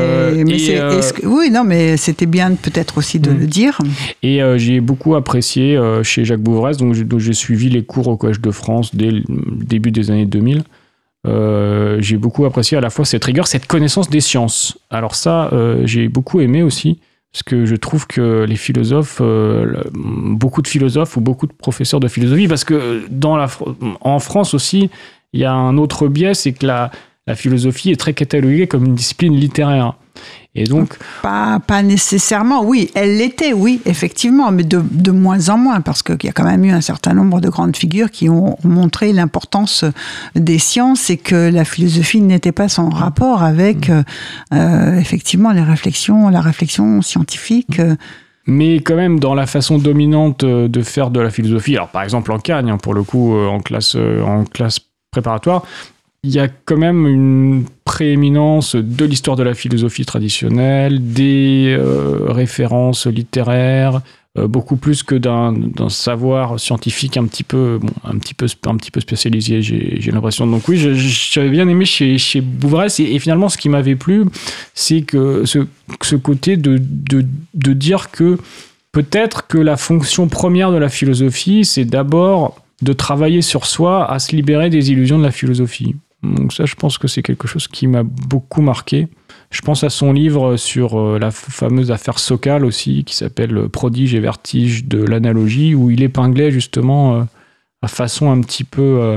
mais c'était bien peut-être aussi de le dire. Et j'ai beaucoup apprécié chez Jacques Bouvresse, donc j'ai suivi les cours au Collège de France dès le début des années 2000. J'ai beaucoup apprécié à la fois cette rigueur, cette connaissance des sciences. Alors ça, j'ai beaucoup aimé aussi, parce que je trouve que les philosophes, beaucoup de philosophes ou beaucoup de professeurs de philosophie, parce que en France aussi, il y a un autre biais, c'est que la philosophie est très cataloguée comme une discipline littéraire. Et donc, pas nécessairement, oui, elle l'était, oui, effectivement, mais de moins en moins, parce qu'il y a quand même eu un certain nombre de grandes figures qui ont montré l'importance des sciences et que la philosophie n'était pas sans rapport avec, effectivement, la réflexion scientifique. Mais quand même, dans la façon dominante de faire de la philosophie, alors par exemple en Cagne, pour le coup, en classe préparatoire, il y a quand même une prééminence de l'histoire de la philosophie traditionnelle, des références littéraires, beaucoup plus que d'un savoir scientifique un petit peu spécialisé, j'ai l'impression. Donc oui, j'avais bien aimé chez Bouvresse, et finalement, ce qui m'avait plu, c'est que ce côté de dire que peut-être que la fonction première de la philosophie, c'est d'abord de travailler sur soi à se libérer des illusions de la philosophie. Donc ça, je pense que c'est quelque chose qui m'a beaucoup marqué. Je pense à son livre sur la fameuse affaire Sokal aussi, qui s'appelle Prodige et vertige de l'analogie, où il épinglait justement la façon un petit peu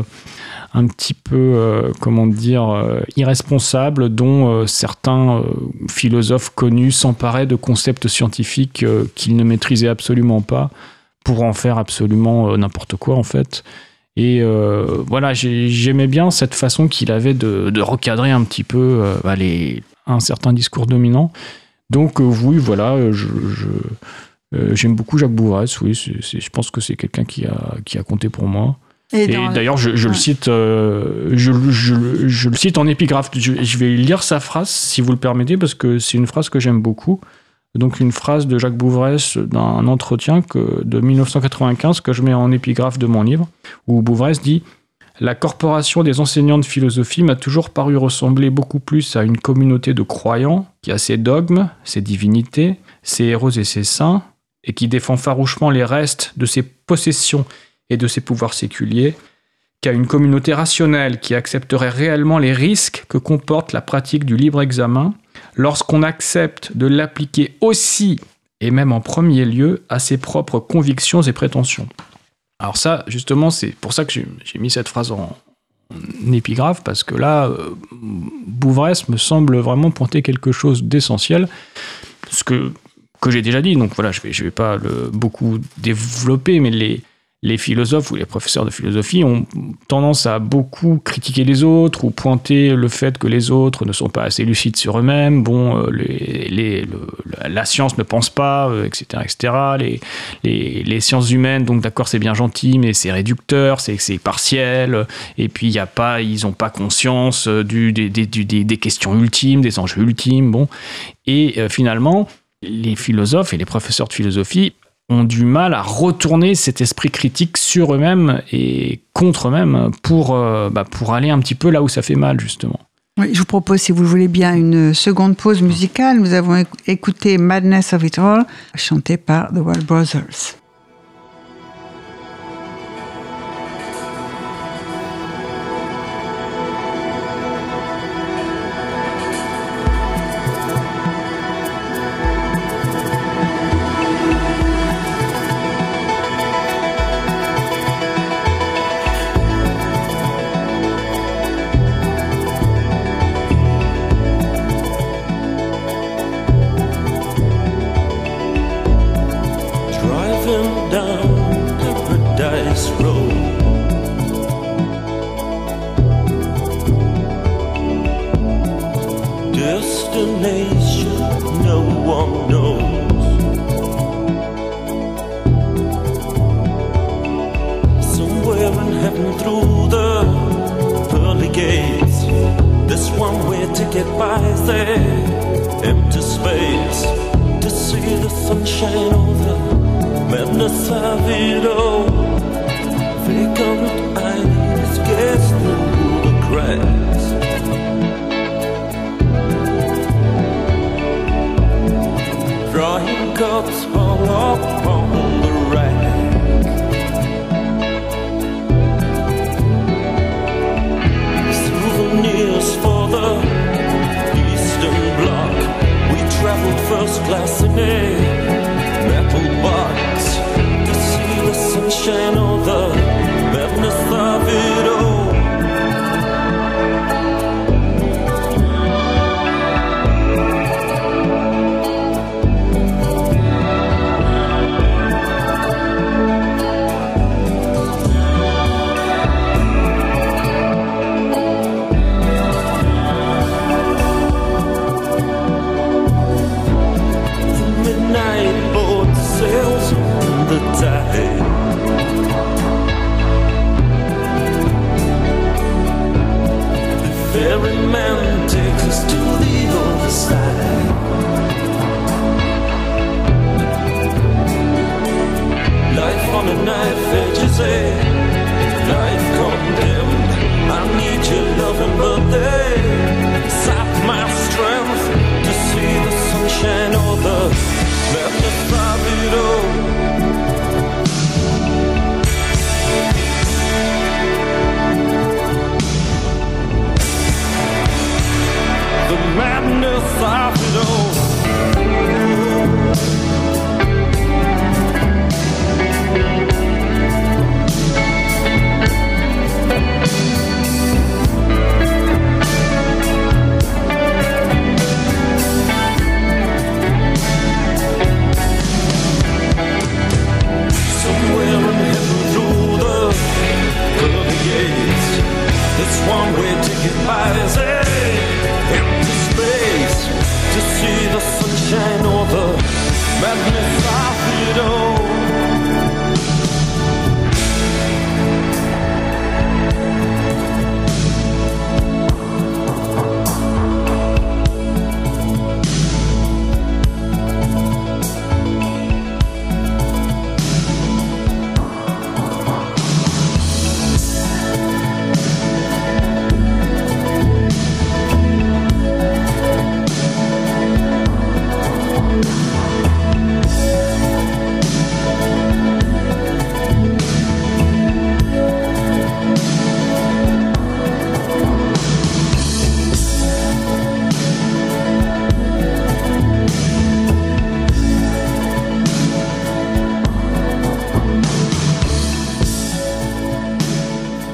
irresponsable dont certains philosophes connus s'emparaient de concepts scientifiques qu'ils ne maîtrisaient absolument pas pour en faire absolument n'importe quoi en fait. Et voilà, j'aimais bien cette façon qu'il avait de recadrer un petit peu un certain discours dominant. Donc oui, voilà, j'aime beaucoup Jacques Bouvresse, oui, je pense que c'est quelqu'un qui a compté pour moi. Et d'ailleurs, je le cite, je le cite en épigraphe. Je vais lire sa phrase, si vous le permettez, parce que c'est une phrase que j'aime beaucoup. Donc une phrase de Jacques Bouvresse d'un entretien de 1995 que je mets en épigraphe de mon livre, où Bouvresse dit « La corporation des enseignants de philosophie m'a toujours paru ressembler beaucoup plus à une communauté de croyants qui a ses dogmes, ses divinités, ses héros et ses saints, et qui défend farouchement les restes de ses possessions et de ses pouvoirs séculiers, qu'à une communauté rationnelle qui accepterait réellement les risques que comporte la pratique du libre examen, lorsqu'on accepte de l'appliquer aussi, et même en premier lieu, à ses propres convictions et prétentions. » Alors ça, justement, c'est pour ça que j'ai mis cette phrase en épigraphe, parce que là, Bouvresse me semble vraiment pointer quelque chose d'essentiel, ce que j'ai déjà dit, donc voilà, je vais pas beaucoup développer, mais les philosophes ou les professeurs de philosophie ont tendance à beaucoup critiquer les autres ou pointer le fait que les autres ne sont pas assez lucides sur eux-mêmes. La science ne pense pas, etc., etc. Les sciences humaines, donc d'accord, c'est bien gentil, mais c'est réducteur, c'est partiel. Et puis ils n'ont pas conscience des questions ultimes, des enjeux ultimes. Bon, et finalement, les philosophes et les professeurs de philosophie ont du mal à retourner cet esprit critique sur eux-mêmes et contre eux-mêmes pour aller un petit peu là où ça fait mal, justement. Oui, je vous propose, si vous le voulez bien, une seconde pause musicale. Nous avons écouté Madness of It All, chanté par The Wall Brothers.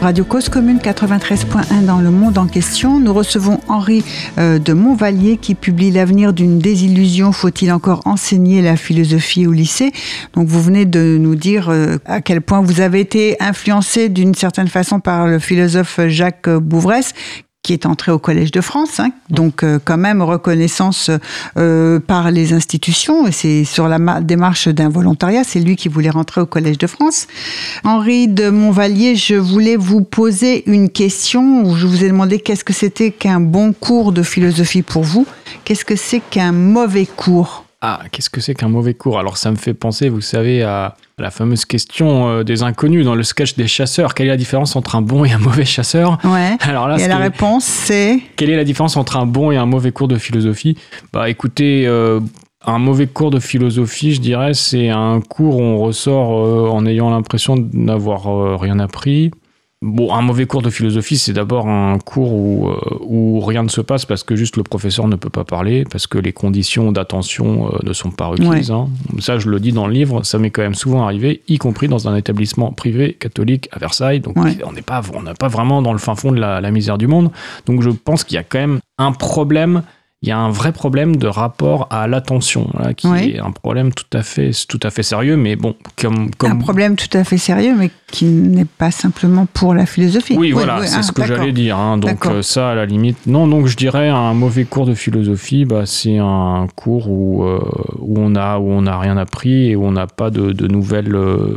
Radio Cause Commune 93.1 dans le monde en question. Nous recevons Henri de Montvallier qui publie L'avenir d'une désillusion. Faut-il encore enseigner la philosophie au lycée? Donc vous venez de nous dire à quel point vous avez été influencé d'une certaine façon par le philosophe Jacques Bouvresse, qui est entré au Collège de France, hein. Donc quand même reconnaissance par les institutions, et c'est sur la démarche d'un volontariat, c'est lui qui voulait rentrer au Collège de France. Henri de Montvallier, je voulais vous poser une question où je vous ai demandé qu'est-ce que c'était qu'un bon cours de philosophie pour vous, qu'est-ce que c'est qu'un mauvais cours? Ah, qu'est-ce que c'est qu'un mauvais cours? Alors ça me fait penser, vous savez, à la fameuse question des inconnus dans le sketch des chasseurs. Quelle est la différence entre un bon et un mauvais chasseur? Ouais. Alors là, et la réponse, c'est... Quelle est la différence entre un bon et un mauvais cours de philosophie? Bah écoutez, un mauvais cours de philosophie, je dirais, c'est un cours où on ressort en ayant l'impression de n'avoir rien appris. Bon, un mauvais cours de philosophie, c'est d'abord un cours où rien ne se passe parce que juste le professeur ne peut pas parler, parce que les conditions d'attention ne sont pas requises. Ouais. Hein. Ça, je le dis dans le livre, ça m'est quand même souvent arrivé, y compris dans un établissement privé catholique à Versailles. Donc, ouais. On n'est pas vraiment dans le fin fond de la misère du monde. Donc, je pense qu'il y a quand même un problème. Il y a un vrai problème de rapport à l'attention, là, qui est un problème tout à fait sérieux, mais bon, comme... Un problème tout à fait sérieux, mais qui n'est pas simplement pour la philosophie. Oui, voilà, c'est ce que j'allais dire. Hein. Donc ça, à la limite... Non, donc je dirais un mauvais cours de philosophie, bah, c'est un cours où on n'a rien appris et où on n'a pas de nouvelles...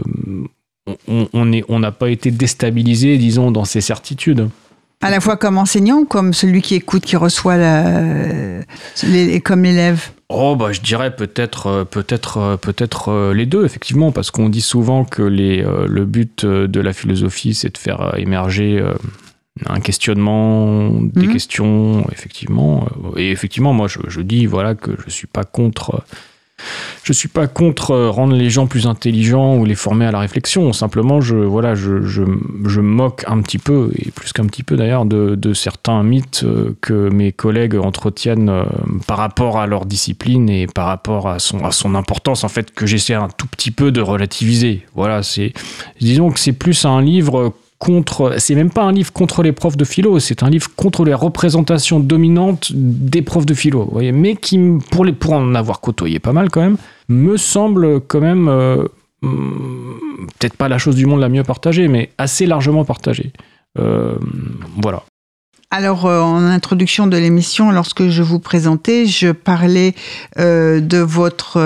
On n'a pas été déstabilisé, disons, dans ses certitudes. À la fois comme enseignant ou comme celui qui écoute, qui reçoit comme l'élève? Oh, bah, je dirais peut-être les deux, effectivement, parce qu'on dit souvent que le but de la philosophie, c'est de faire émerger un questionnement, des questions, effectivement. Et effectivement, moi, je dis voilà, que je suis pas contre rendre les gens plus intelligents ou les former à la réflexion. Simplement, je moque un petit peu, et plus qu'un petit peu d'ailleurs, de certains mythes que mes collègues entretiennent par rapport à leur discipline et par rapport à son importance, en fait, que j'essaie un tout petit peu de relativiser. Voilà, disons que c'est plus un livre c'est même pas un livre contre les profs de philo, c'est un livre contre les représentations dominantes des profs de philo, vous voyez, mais qui, pour en avoir côtoyé pas mal quand même, me semble quand même, peut-être pas la chose du monde la mieux partagée, mais assez largement partagée. Voilà. Alors, en introduction de l'émission, lorsque je vous présentais, je parlais de votre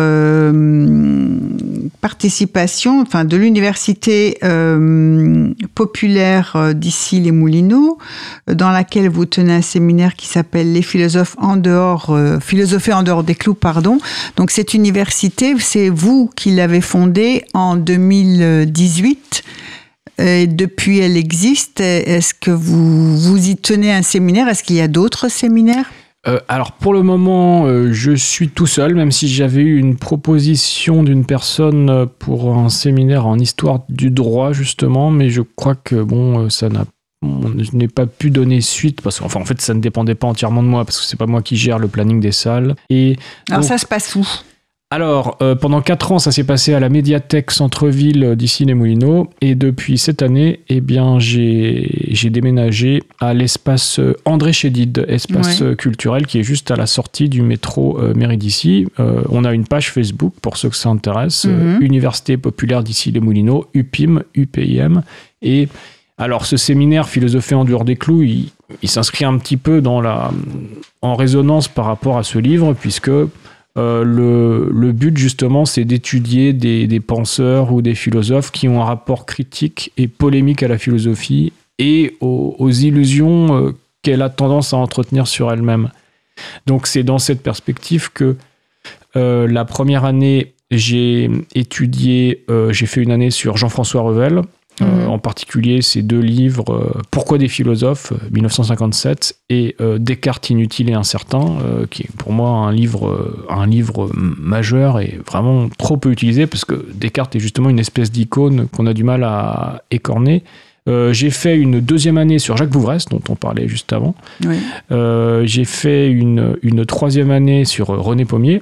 participation, enfin de l'université populaire d'Issy-les-Moulineaux, dans laquelle vous tenez un séminaire qui s'appelle Les philosophes philosopher en dehors des clous, pardon. Donc, cette université, c'est vous qui l'avez fondée en 2018. Et depuis, elle existe. Est-ce que vous y tenez un séminaire? Est-ce qu'il y a d'autres séminaires? Alors, pour le moment, je suis tout seul, même si j'avais eu une proposition d'une personne pour un séminaire en histoire du droit, justement, mais je crois que, je n'ai pas pu donner suite, parce qu'en fait, ça ne dépendait pas entièrement de moi, parce que c'est pas moi qui gère le planning des salles. Alors, ça se passe où? Alors, pendant 4 ans, ça s'est passé à la médiathèque centre-ville d'Issy-les-Moulineaux. Et depuis cette année, eh bien, j'ai déménagé à l'espace André Chédid, espace culturel qui est juste à la sortie du métro Mairie d'Issy. On a une page Facebook pour ceux que ça intéresse. Université populaire d'Issy-les-Moulineaux, UPIM, UPIM. Et alors, ce séminaire Philosopher en dehors des clous, il s'inscrit un petit peu en résonance par rapport à ce livre, puisque... le but justement, c'est d'étudier des penseurs ou des philosophes qui ont un rapport critique et polémique à la philosophie et aux illusions qu'elle a tendance à entretenir sur elle-même. Donc c'est dans cette perspective que la première année, j'ai fait une année sur Jean-François Revel. En particulier ces 2 livres, Pourquoi des philosophes, 1957, et Descartes inutile et incertain, qui est pour moi un livre majeur et vraiment trop peu utilisé, parce que Descartes est justement une espèce d'icône qu'on a du mal à écorner. J'ai fait une 2e année sur Jacques Bouvresse, dont on parlait juste avant. Oui. J'ai fait une 3e année sur René Pommier.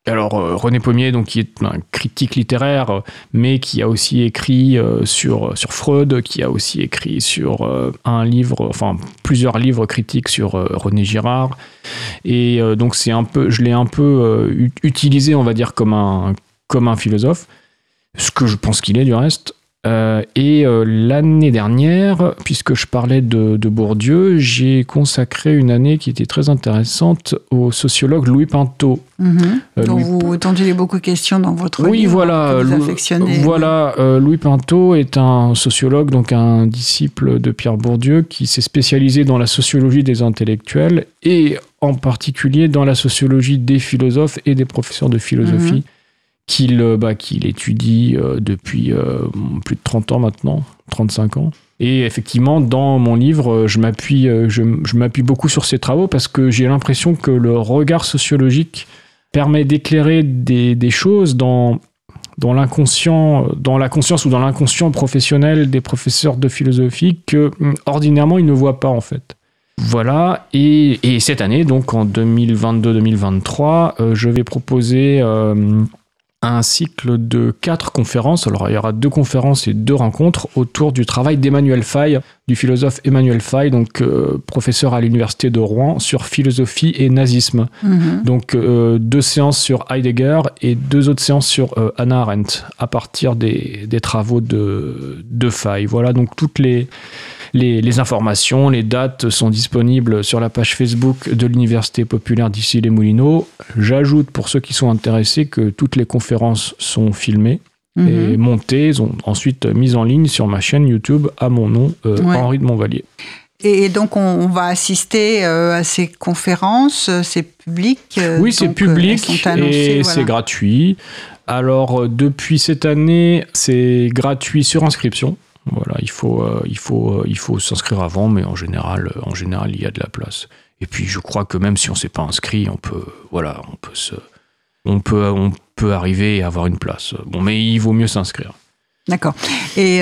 Alors, René Pommier, donc, qui est un critique littéraire, mais qui a aussi écrit sur Freud, qui a aussi écrit sur plusieurs livres critiques sur René Girard. Et donc, je l'ai un peu utilisé, on va dire, comme un philosophe, ce que je pense qu'il est du reste. L'année dernière, puisque je parlais de Bourdieu, j'ai consacré une année qui était très intéressante au sociologue Louis Pinto. Dont vous entendez beaucoup de questions dans votre livre. Oui, voilà. Que vous affectionnez. Voilà, Louis Pinto est un sociologue, donc un disciple de Pierre Bourdieu, qui s'est spécialisé dans la sociologie des intellectuels et en particulier dans la sociologie des philosophes et des professeurs de philosophie. Qu'il étudie depuis plus de 30 ans maintenant, 35 ans. Et effectivement, dans mon livre, je m'appuie beaucoup sur ces travaux parce que j'ai l'impression que le regard sociologique permet d'éclairer des choses dans la conscience ou dans l'inconscient professionnel des professeurs de philosophie que, ordinairement, ils ne voient pas, en fait. Voilà, et cette année, donc en 2022-2023, je vais proposer un cycle de 4 conférences. Alors, il y aura 2 conférences et 2 rencontres autour du travail d'Emmanuel Faye, du philosophe Emmanuel Faye, donc professeur à l'université de Rouen, sur philosophie et nazisme. Donc, 2 séances sur Heidegger et 2 autres séances sur Hannah Arendt, à partir des travaux de Faye. Voilà, donc toutes les informations, les dates sont disponibles sur la page Facebook de l'Université populaire d'Issy-les-Moulineaux. J'ajoute, pour ceux qui sont intéressés, que toutes les conférences sont filmées et montées, sont ensuite mises en ligne sur ma chaîne YouTube à mon nom, Henri de Montvallier. Et donc, on va assister à ces conférences, c'est public. Oui, c'est public et c'est gratuit. Alors, depuis cette année, c'est gratuit sur inscription. Voilà, il faut s'inscrire avant, mais en général, il y a de la place. Et puis, je crois que même si on ne s'est pas inscrit, on peut arriver et avoir une place. Bon, mais il vaut mieux s'inscrire. D'accord. Et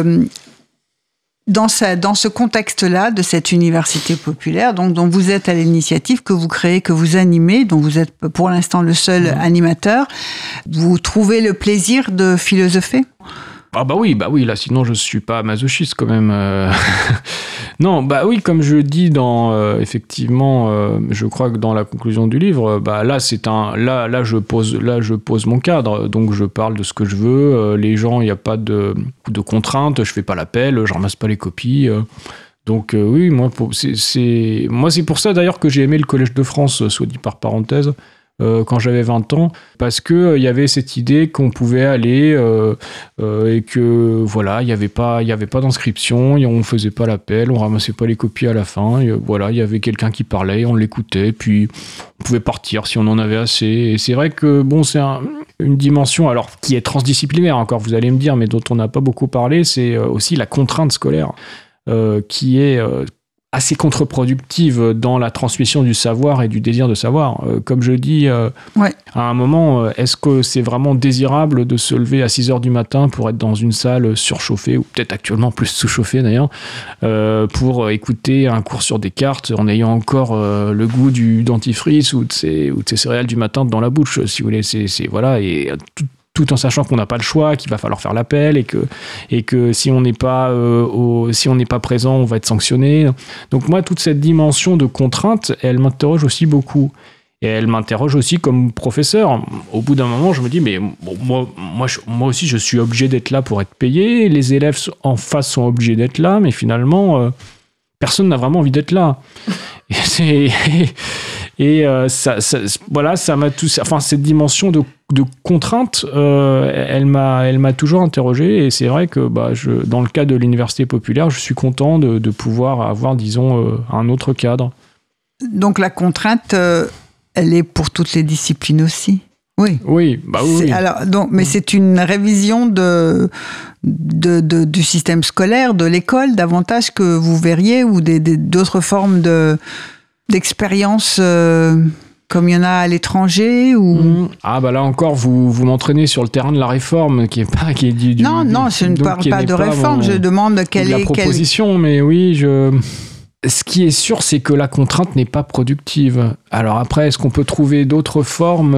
dans ce contexte-là, de cette université populaire, donc, dont vous êtes à l'initiative, que vous créez, que vous animez, dont vous êtes pour l'instant le seul animateur, vous trouvez le plaisir de philosopher ? Ah bah oui, là sinon je suis pas masochiste quand même. Non, bah oui, comme je dis effectivement, je crois que dans la conclusion du livre, là je pose mon cadre, donc je parle de ce que je veux. Les gens, il n'y a pas de contraintes, je fais pas l'appel, je ramasse pas les copies. Donc oui, c'est pour ça d'ailleurs que j'ai aimé le Collège de France, soit dit par parenthèse. Quand j'avais 20 ans, parce que il y avait cette idée qu'on pouvait aller et que voilà, il y avait pas d'inscription, on faisait pas l'appel, on ramassait pas les copies à la fin, il y avait quelqu'un qui parlait, on l'écoutait, puis on pouvait partir si on en avait assez. Et c'est vrai que bon, c'est une dimension alors qui est transdisciplinaire encore, vous allez me dire, mais dont on n'a pas beaucoup parlé, c'est aussi la contrainte scolaire qui est assez contre-productive dans la transmission du savoir et du désir de savoir. Comme je dis, à un moment, est-ce que c'est vraiment désirable de se lever à 6h du matin pour être dans une salle surchauffée, ou peut-être actuellement plus sous-chauffée d'ailleurs, pour écouter un cours sur Descartes en ayant encore le goût du dentifrice ou de ces céréales du matin dans la bouche, si vous voulez. Et tout en sachant qu'on n'a pas le choix, qu'il va falloir faire l'appel et que si on n'est pas présent, on va être sanctionné. Donc moi, toute cette dimension de contrainte, elle m'interroge aussi beaucoup. Et elle m'interroge aussi comme professeur. Au bout d'un moment, je me dis, mais bon, moi aussi, je suis obligé d'être là pour être payé. Les élèves en face sont obligés d'être là, mais finalement, personne n'a vraiment envie d'être là. Ça m'a tout. Enfin, cette dimension de contrainte, elle m'a toujours interrogé. Et c'est vrai que dans le cas de l'université populaire, je suis content de pouvoir avoir, disons, un autre cadre. Donc la contrainte, elle est pour toutes les disciplines aussi. Oui. Oui. Alors, mais c'est une révision du système scolaire, de l'école, davantage que vous verriez, ou d'autres formes d'expériences comme il y en a à l'étranger ou... Là encore, vous m'entraînez sur le terrain de la réforme, qui est du... Non, je ne parle pas de réforme, je demande quelle est... La proposition, mais oui, Ce qui est sûr, c'est que la contrainte n'est pas productive. Alors après, est-ce qu'on peut trouver d'autres formes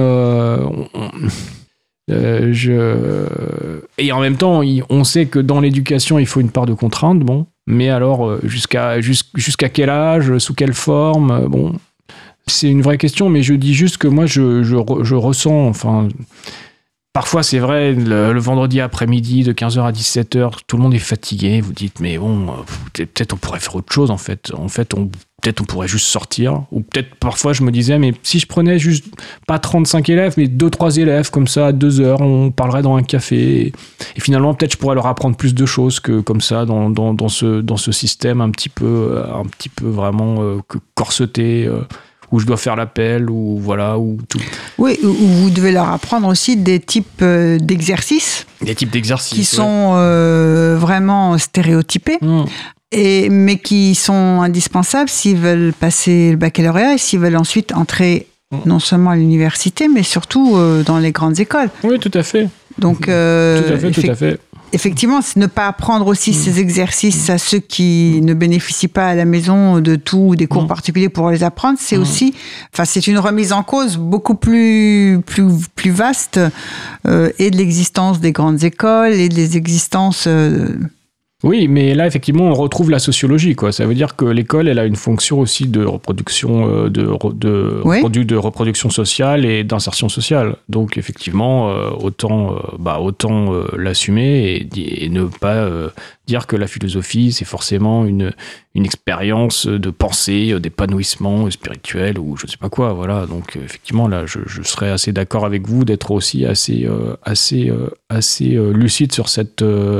Et en même temps, on sait que dans l'éducation, il faut une part de contrainte. Bon, mais alors, jusqu'à quel âge, sous quelle forme, bon, c'est une vraie question. Mais je dis juste que moi, je ressens, enfin. Parfois, c'est vrai, le vendredi après-midi, de 15h à 17h, tout le monde est fatigué. Vous dites, mais bon, peut-être on pourrait faire autre chose, en fait. Peut-être on pourrait juste sortir. Ou peut-être, parfois, je me disais, mais si je prenais juste, pas 35 élèves, mais 2-3 élèves, comme ça, à 2 heures, on parlerait dans un café. Et finalement, peut-être, je pourrais leur apprendre plus de choses que comme ça, dans ce système un petit peu vraiment corseté, où je dois faire l'appel, ou voilà, ou tout. Oui, où vous devez leur apprendre aussi des types d'exercices. Des types d'exercices. Qui sont vraiment stéréotypés, mais qui sont indispensables s'ils veulent passer le baccalauréat et s'ils veulent ensuite entrer non seulement à l'université, mais surtout dans les grandes écoles. Oui, tout à fait. Donc, tout à fait. Effectivement, c'est ne pas apprendre aussi ces exercices à ceux qui ne bénéficient pas à la maison de tout ou des cours particuliers pour les apprendre, c'est aussi, enfin, c'est une remise en cause beaucoup plus vaste et de l'existence des grandes écoles et des existences. Oui, mais là, effectivement, on retrouve la sociologie, quoi. Ça veut dire que l'école, elle a une fonction aussi de reproduction, de reproduction sociale et d'insertion sociale. Donc, effectivement, autant l'assumer et ne pas dire que la philosophie, c'est forcément une expérience de pensée, d'épanouissement spirituel ou je ne sais pas quoi. Voilà. Donc, effectivement, là, je serais assez d'accord avec vous d'être aussi assez lucide sur cette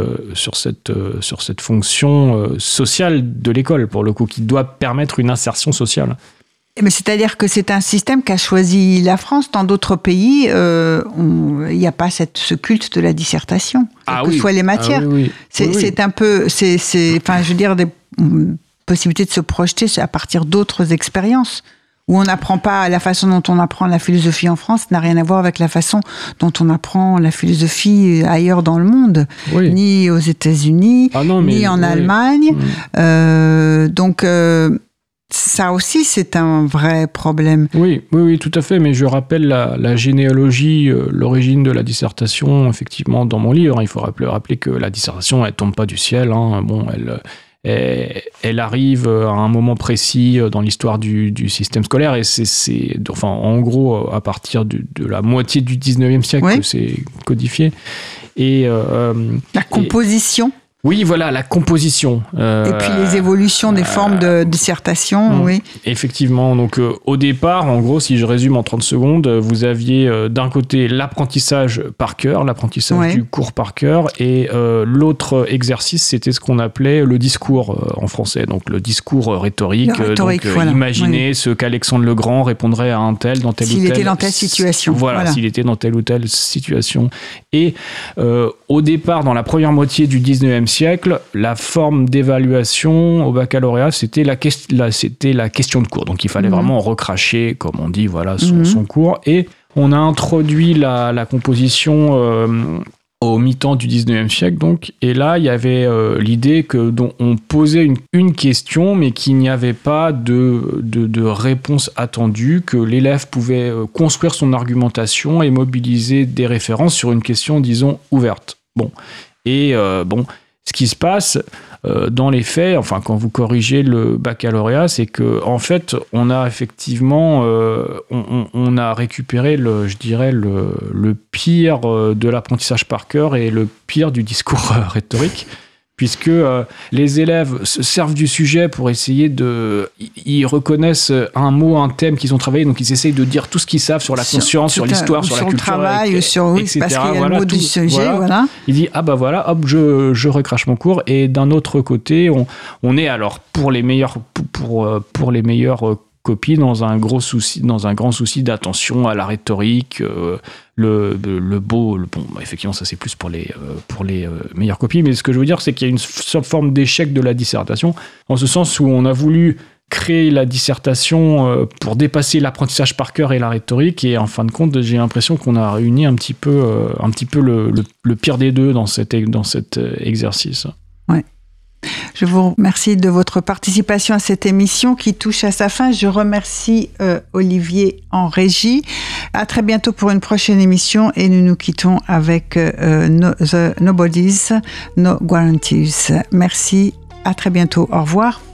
fonction sociale de l'école, pour le coup, qui doit permettre une insertion sociale. Mais c'est-à-dire que c'est un système qu'a choisi la France. Dans d'autres pays, il n'y a pas ce culte de la dissertation, quelles que soient les matières. C'est un peu, enfin, je veux dire, des possibilités de se projeter à partir d'autres expériences. Où on n'apprend pas, la façon dont on apprend la philosophie en France n'a rien à voir avec la façon dont on apprend la philosophie ailleurs dans le monde, ni aux États-Unis, ni en Allemagne. Donc, ça aussi, c'est un vrai problème. Oui, tout à fait. Mais je rappelle la généalogie, l'origine de la dissertation, effectivement, dans mon livre. Il faut rappeler que la dissertation, elle ne tombe pas du ciel. Bon, elle arrive à un moment précis dans l'histoire du système scolaire, et c'est enfin, en gros, à partir de la moitié du 19e siècle que c'est codifié. Et, la composition. Oui, voilà, la composition. Et puis les évolutions des formes de dissertation, oui. Effectivement. Donc, au départ, en gros, si je résume en 30 secondes, vous aviez d'un côté l'apprentissage par cœur, l'apprentissage du cours par cœur, et l'autre exercice, c'était ce qu'on appelait le discours en français. Donc, le discours rhétorique. Imaginez ce qu'Alexandre le Grand répondrait à un tel dans telle ou telle... S'il était dans telle situation. Voilà, s'il était dans telle ou telle situation. Et au départ, dans la première moitié du 19e siècle, la forme d'évaluation au baccalauréat, c'était la question de cours. Donc, il fallait vraiment recracher, comme on dit, voilà, son cours. Et on a introduit la composition au mi-temps du 19e siècle. Donc, et là, il y avait l'idée on posait une question, mais qu'il n'y avait pas de réponse attendue, que l'élève pouvait construire son argumentation et mobiliser des références sur une question, disons, ouverte. Bon. Et ce qui se passe dans les faits, enfin quand vous corrigez le baccalauréat, c'est que en fait on a effectivement on a récupéré le pire de l'apprentissage par cœur et le pire du discours rhétorique, puisque les élèves se servent du sujet pour essayer ils reconnaissent un mot, un thème qu'ils ont travaillé, donc ils essayent de dire tout ce qu'ils savent sur la conscience, sur l'histoire, sur la culture, sur le travail, etc. Parce qu'il y a le mot du sujet, voilà. Il dit, hop, je recrache mon cours, et d'un autre côté, on est alors pour les meilleurs copies dans un grand souci d'attention à la rhétorique, le bon, effectivement, ça c'est plus pour les meilleures copies, mais ce que je veux dire, c'est qu'il y a une forme d'échec de la dissertation, en ce sens où on a voulu créer la dissertation pour dépasser l'apprentissage par cœur et la rhétorique, et en fin de compte, j'ai l'impression qu'on a réuni un petit peu le pire des deux dans cet exercice. Ouais. Je vous remercie de votre participation à cette émission qui touche à sa fin. Je remercie Olivier en régie. À très bientôt pour une prochaine émission et nous nous quittons avec The Nobodies, No Guarantees. Merci, à très bientôt. Au revoir.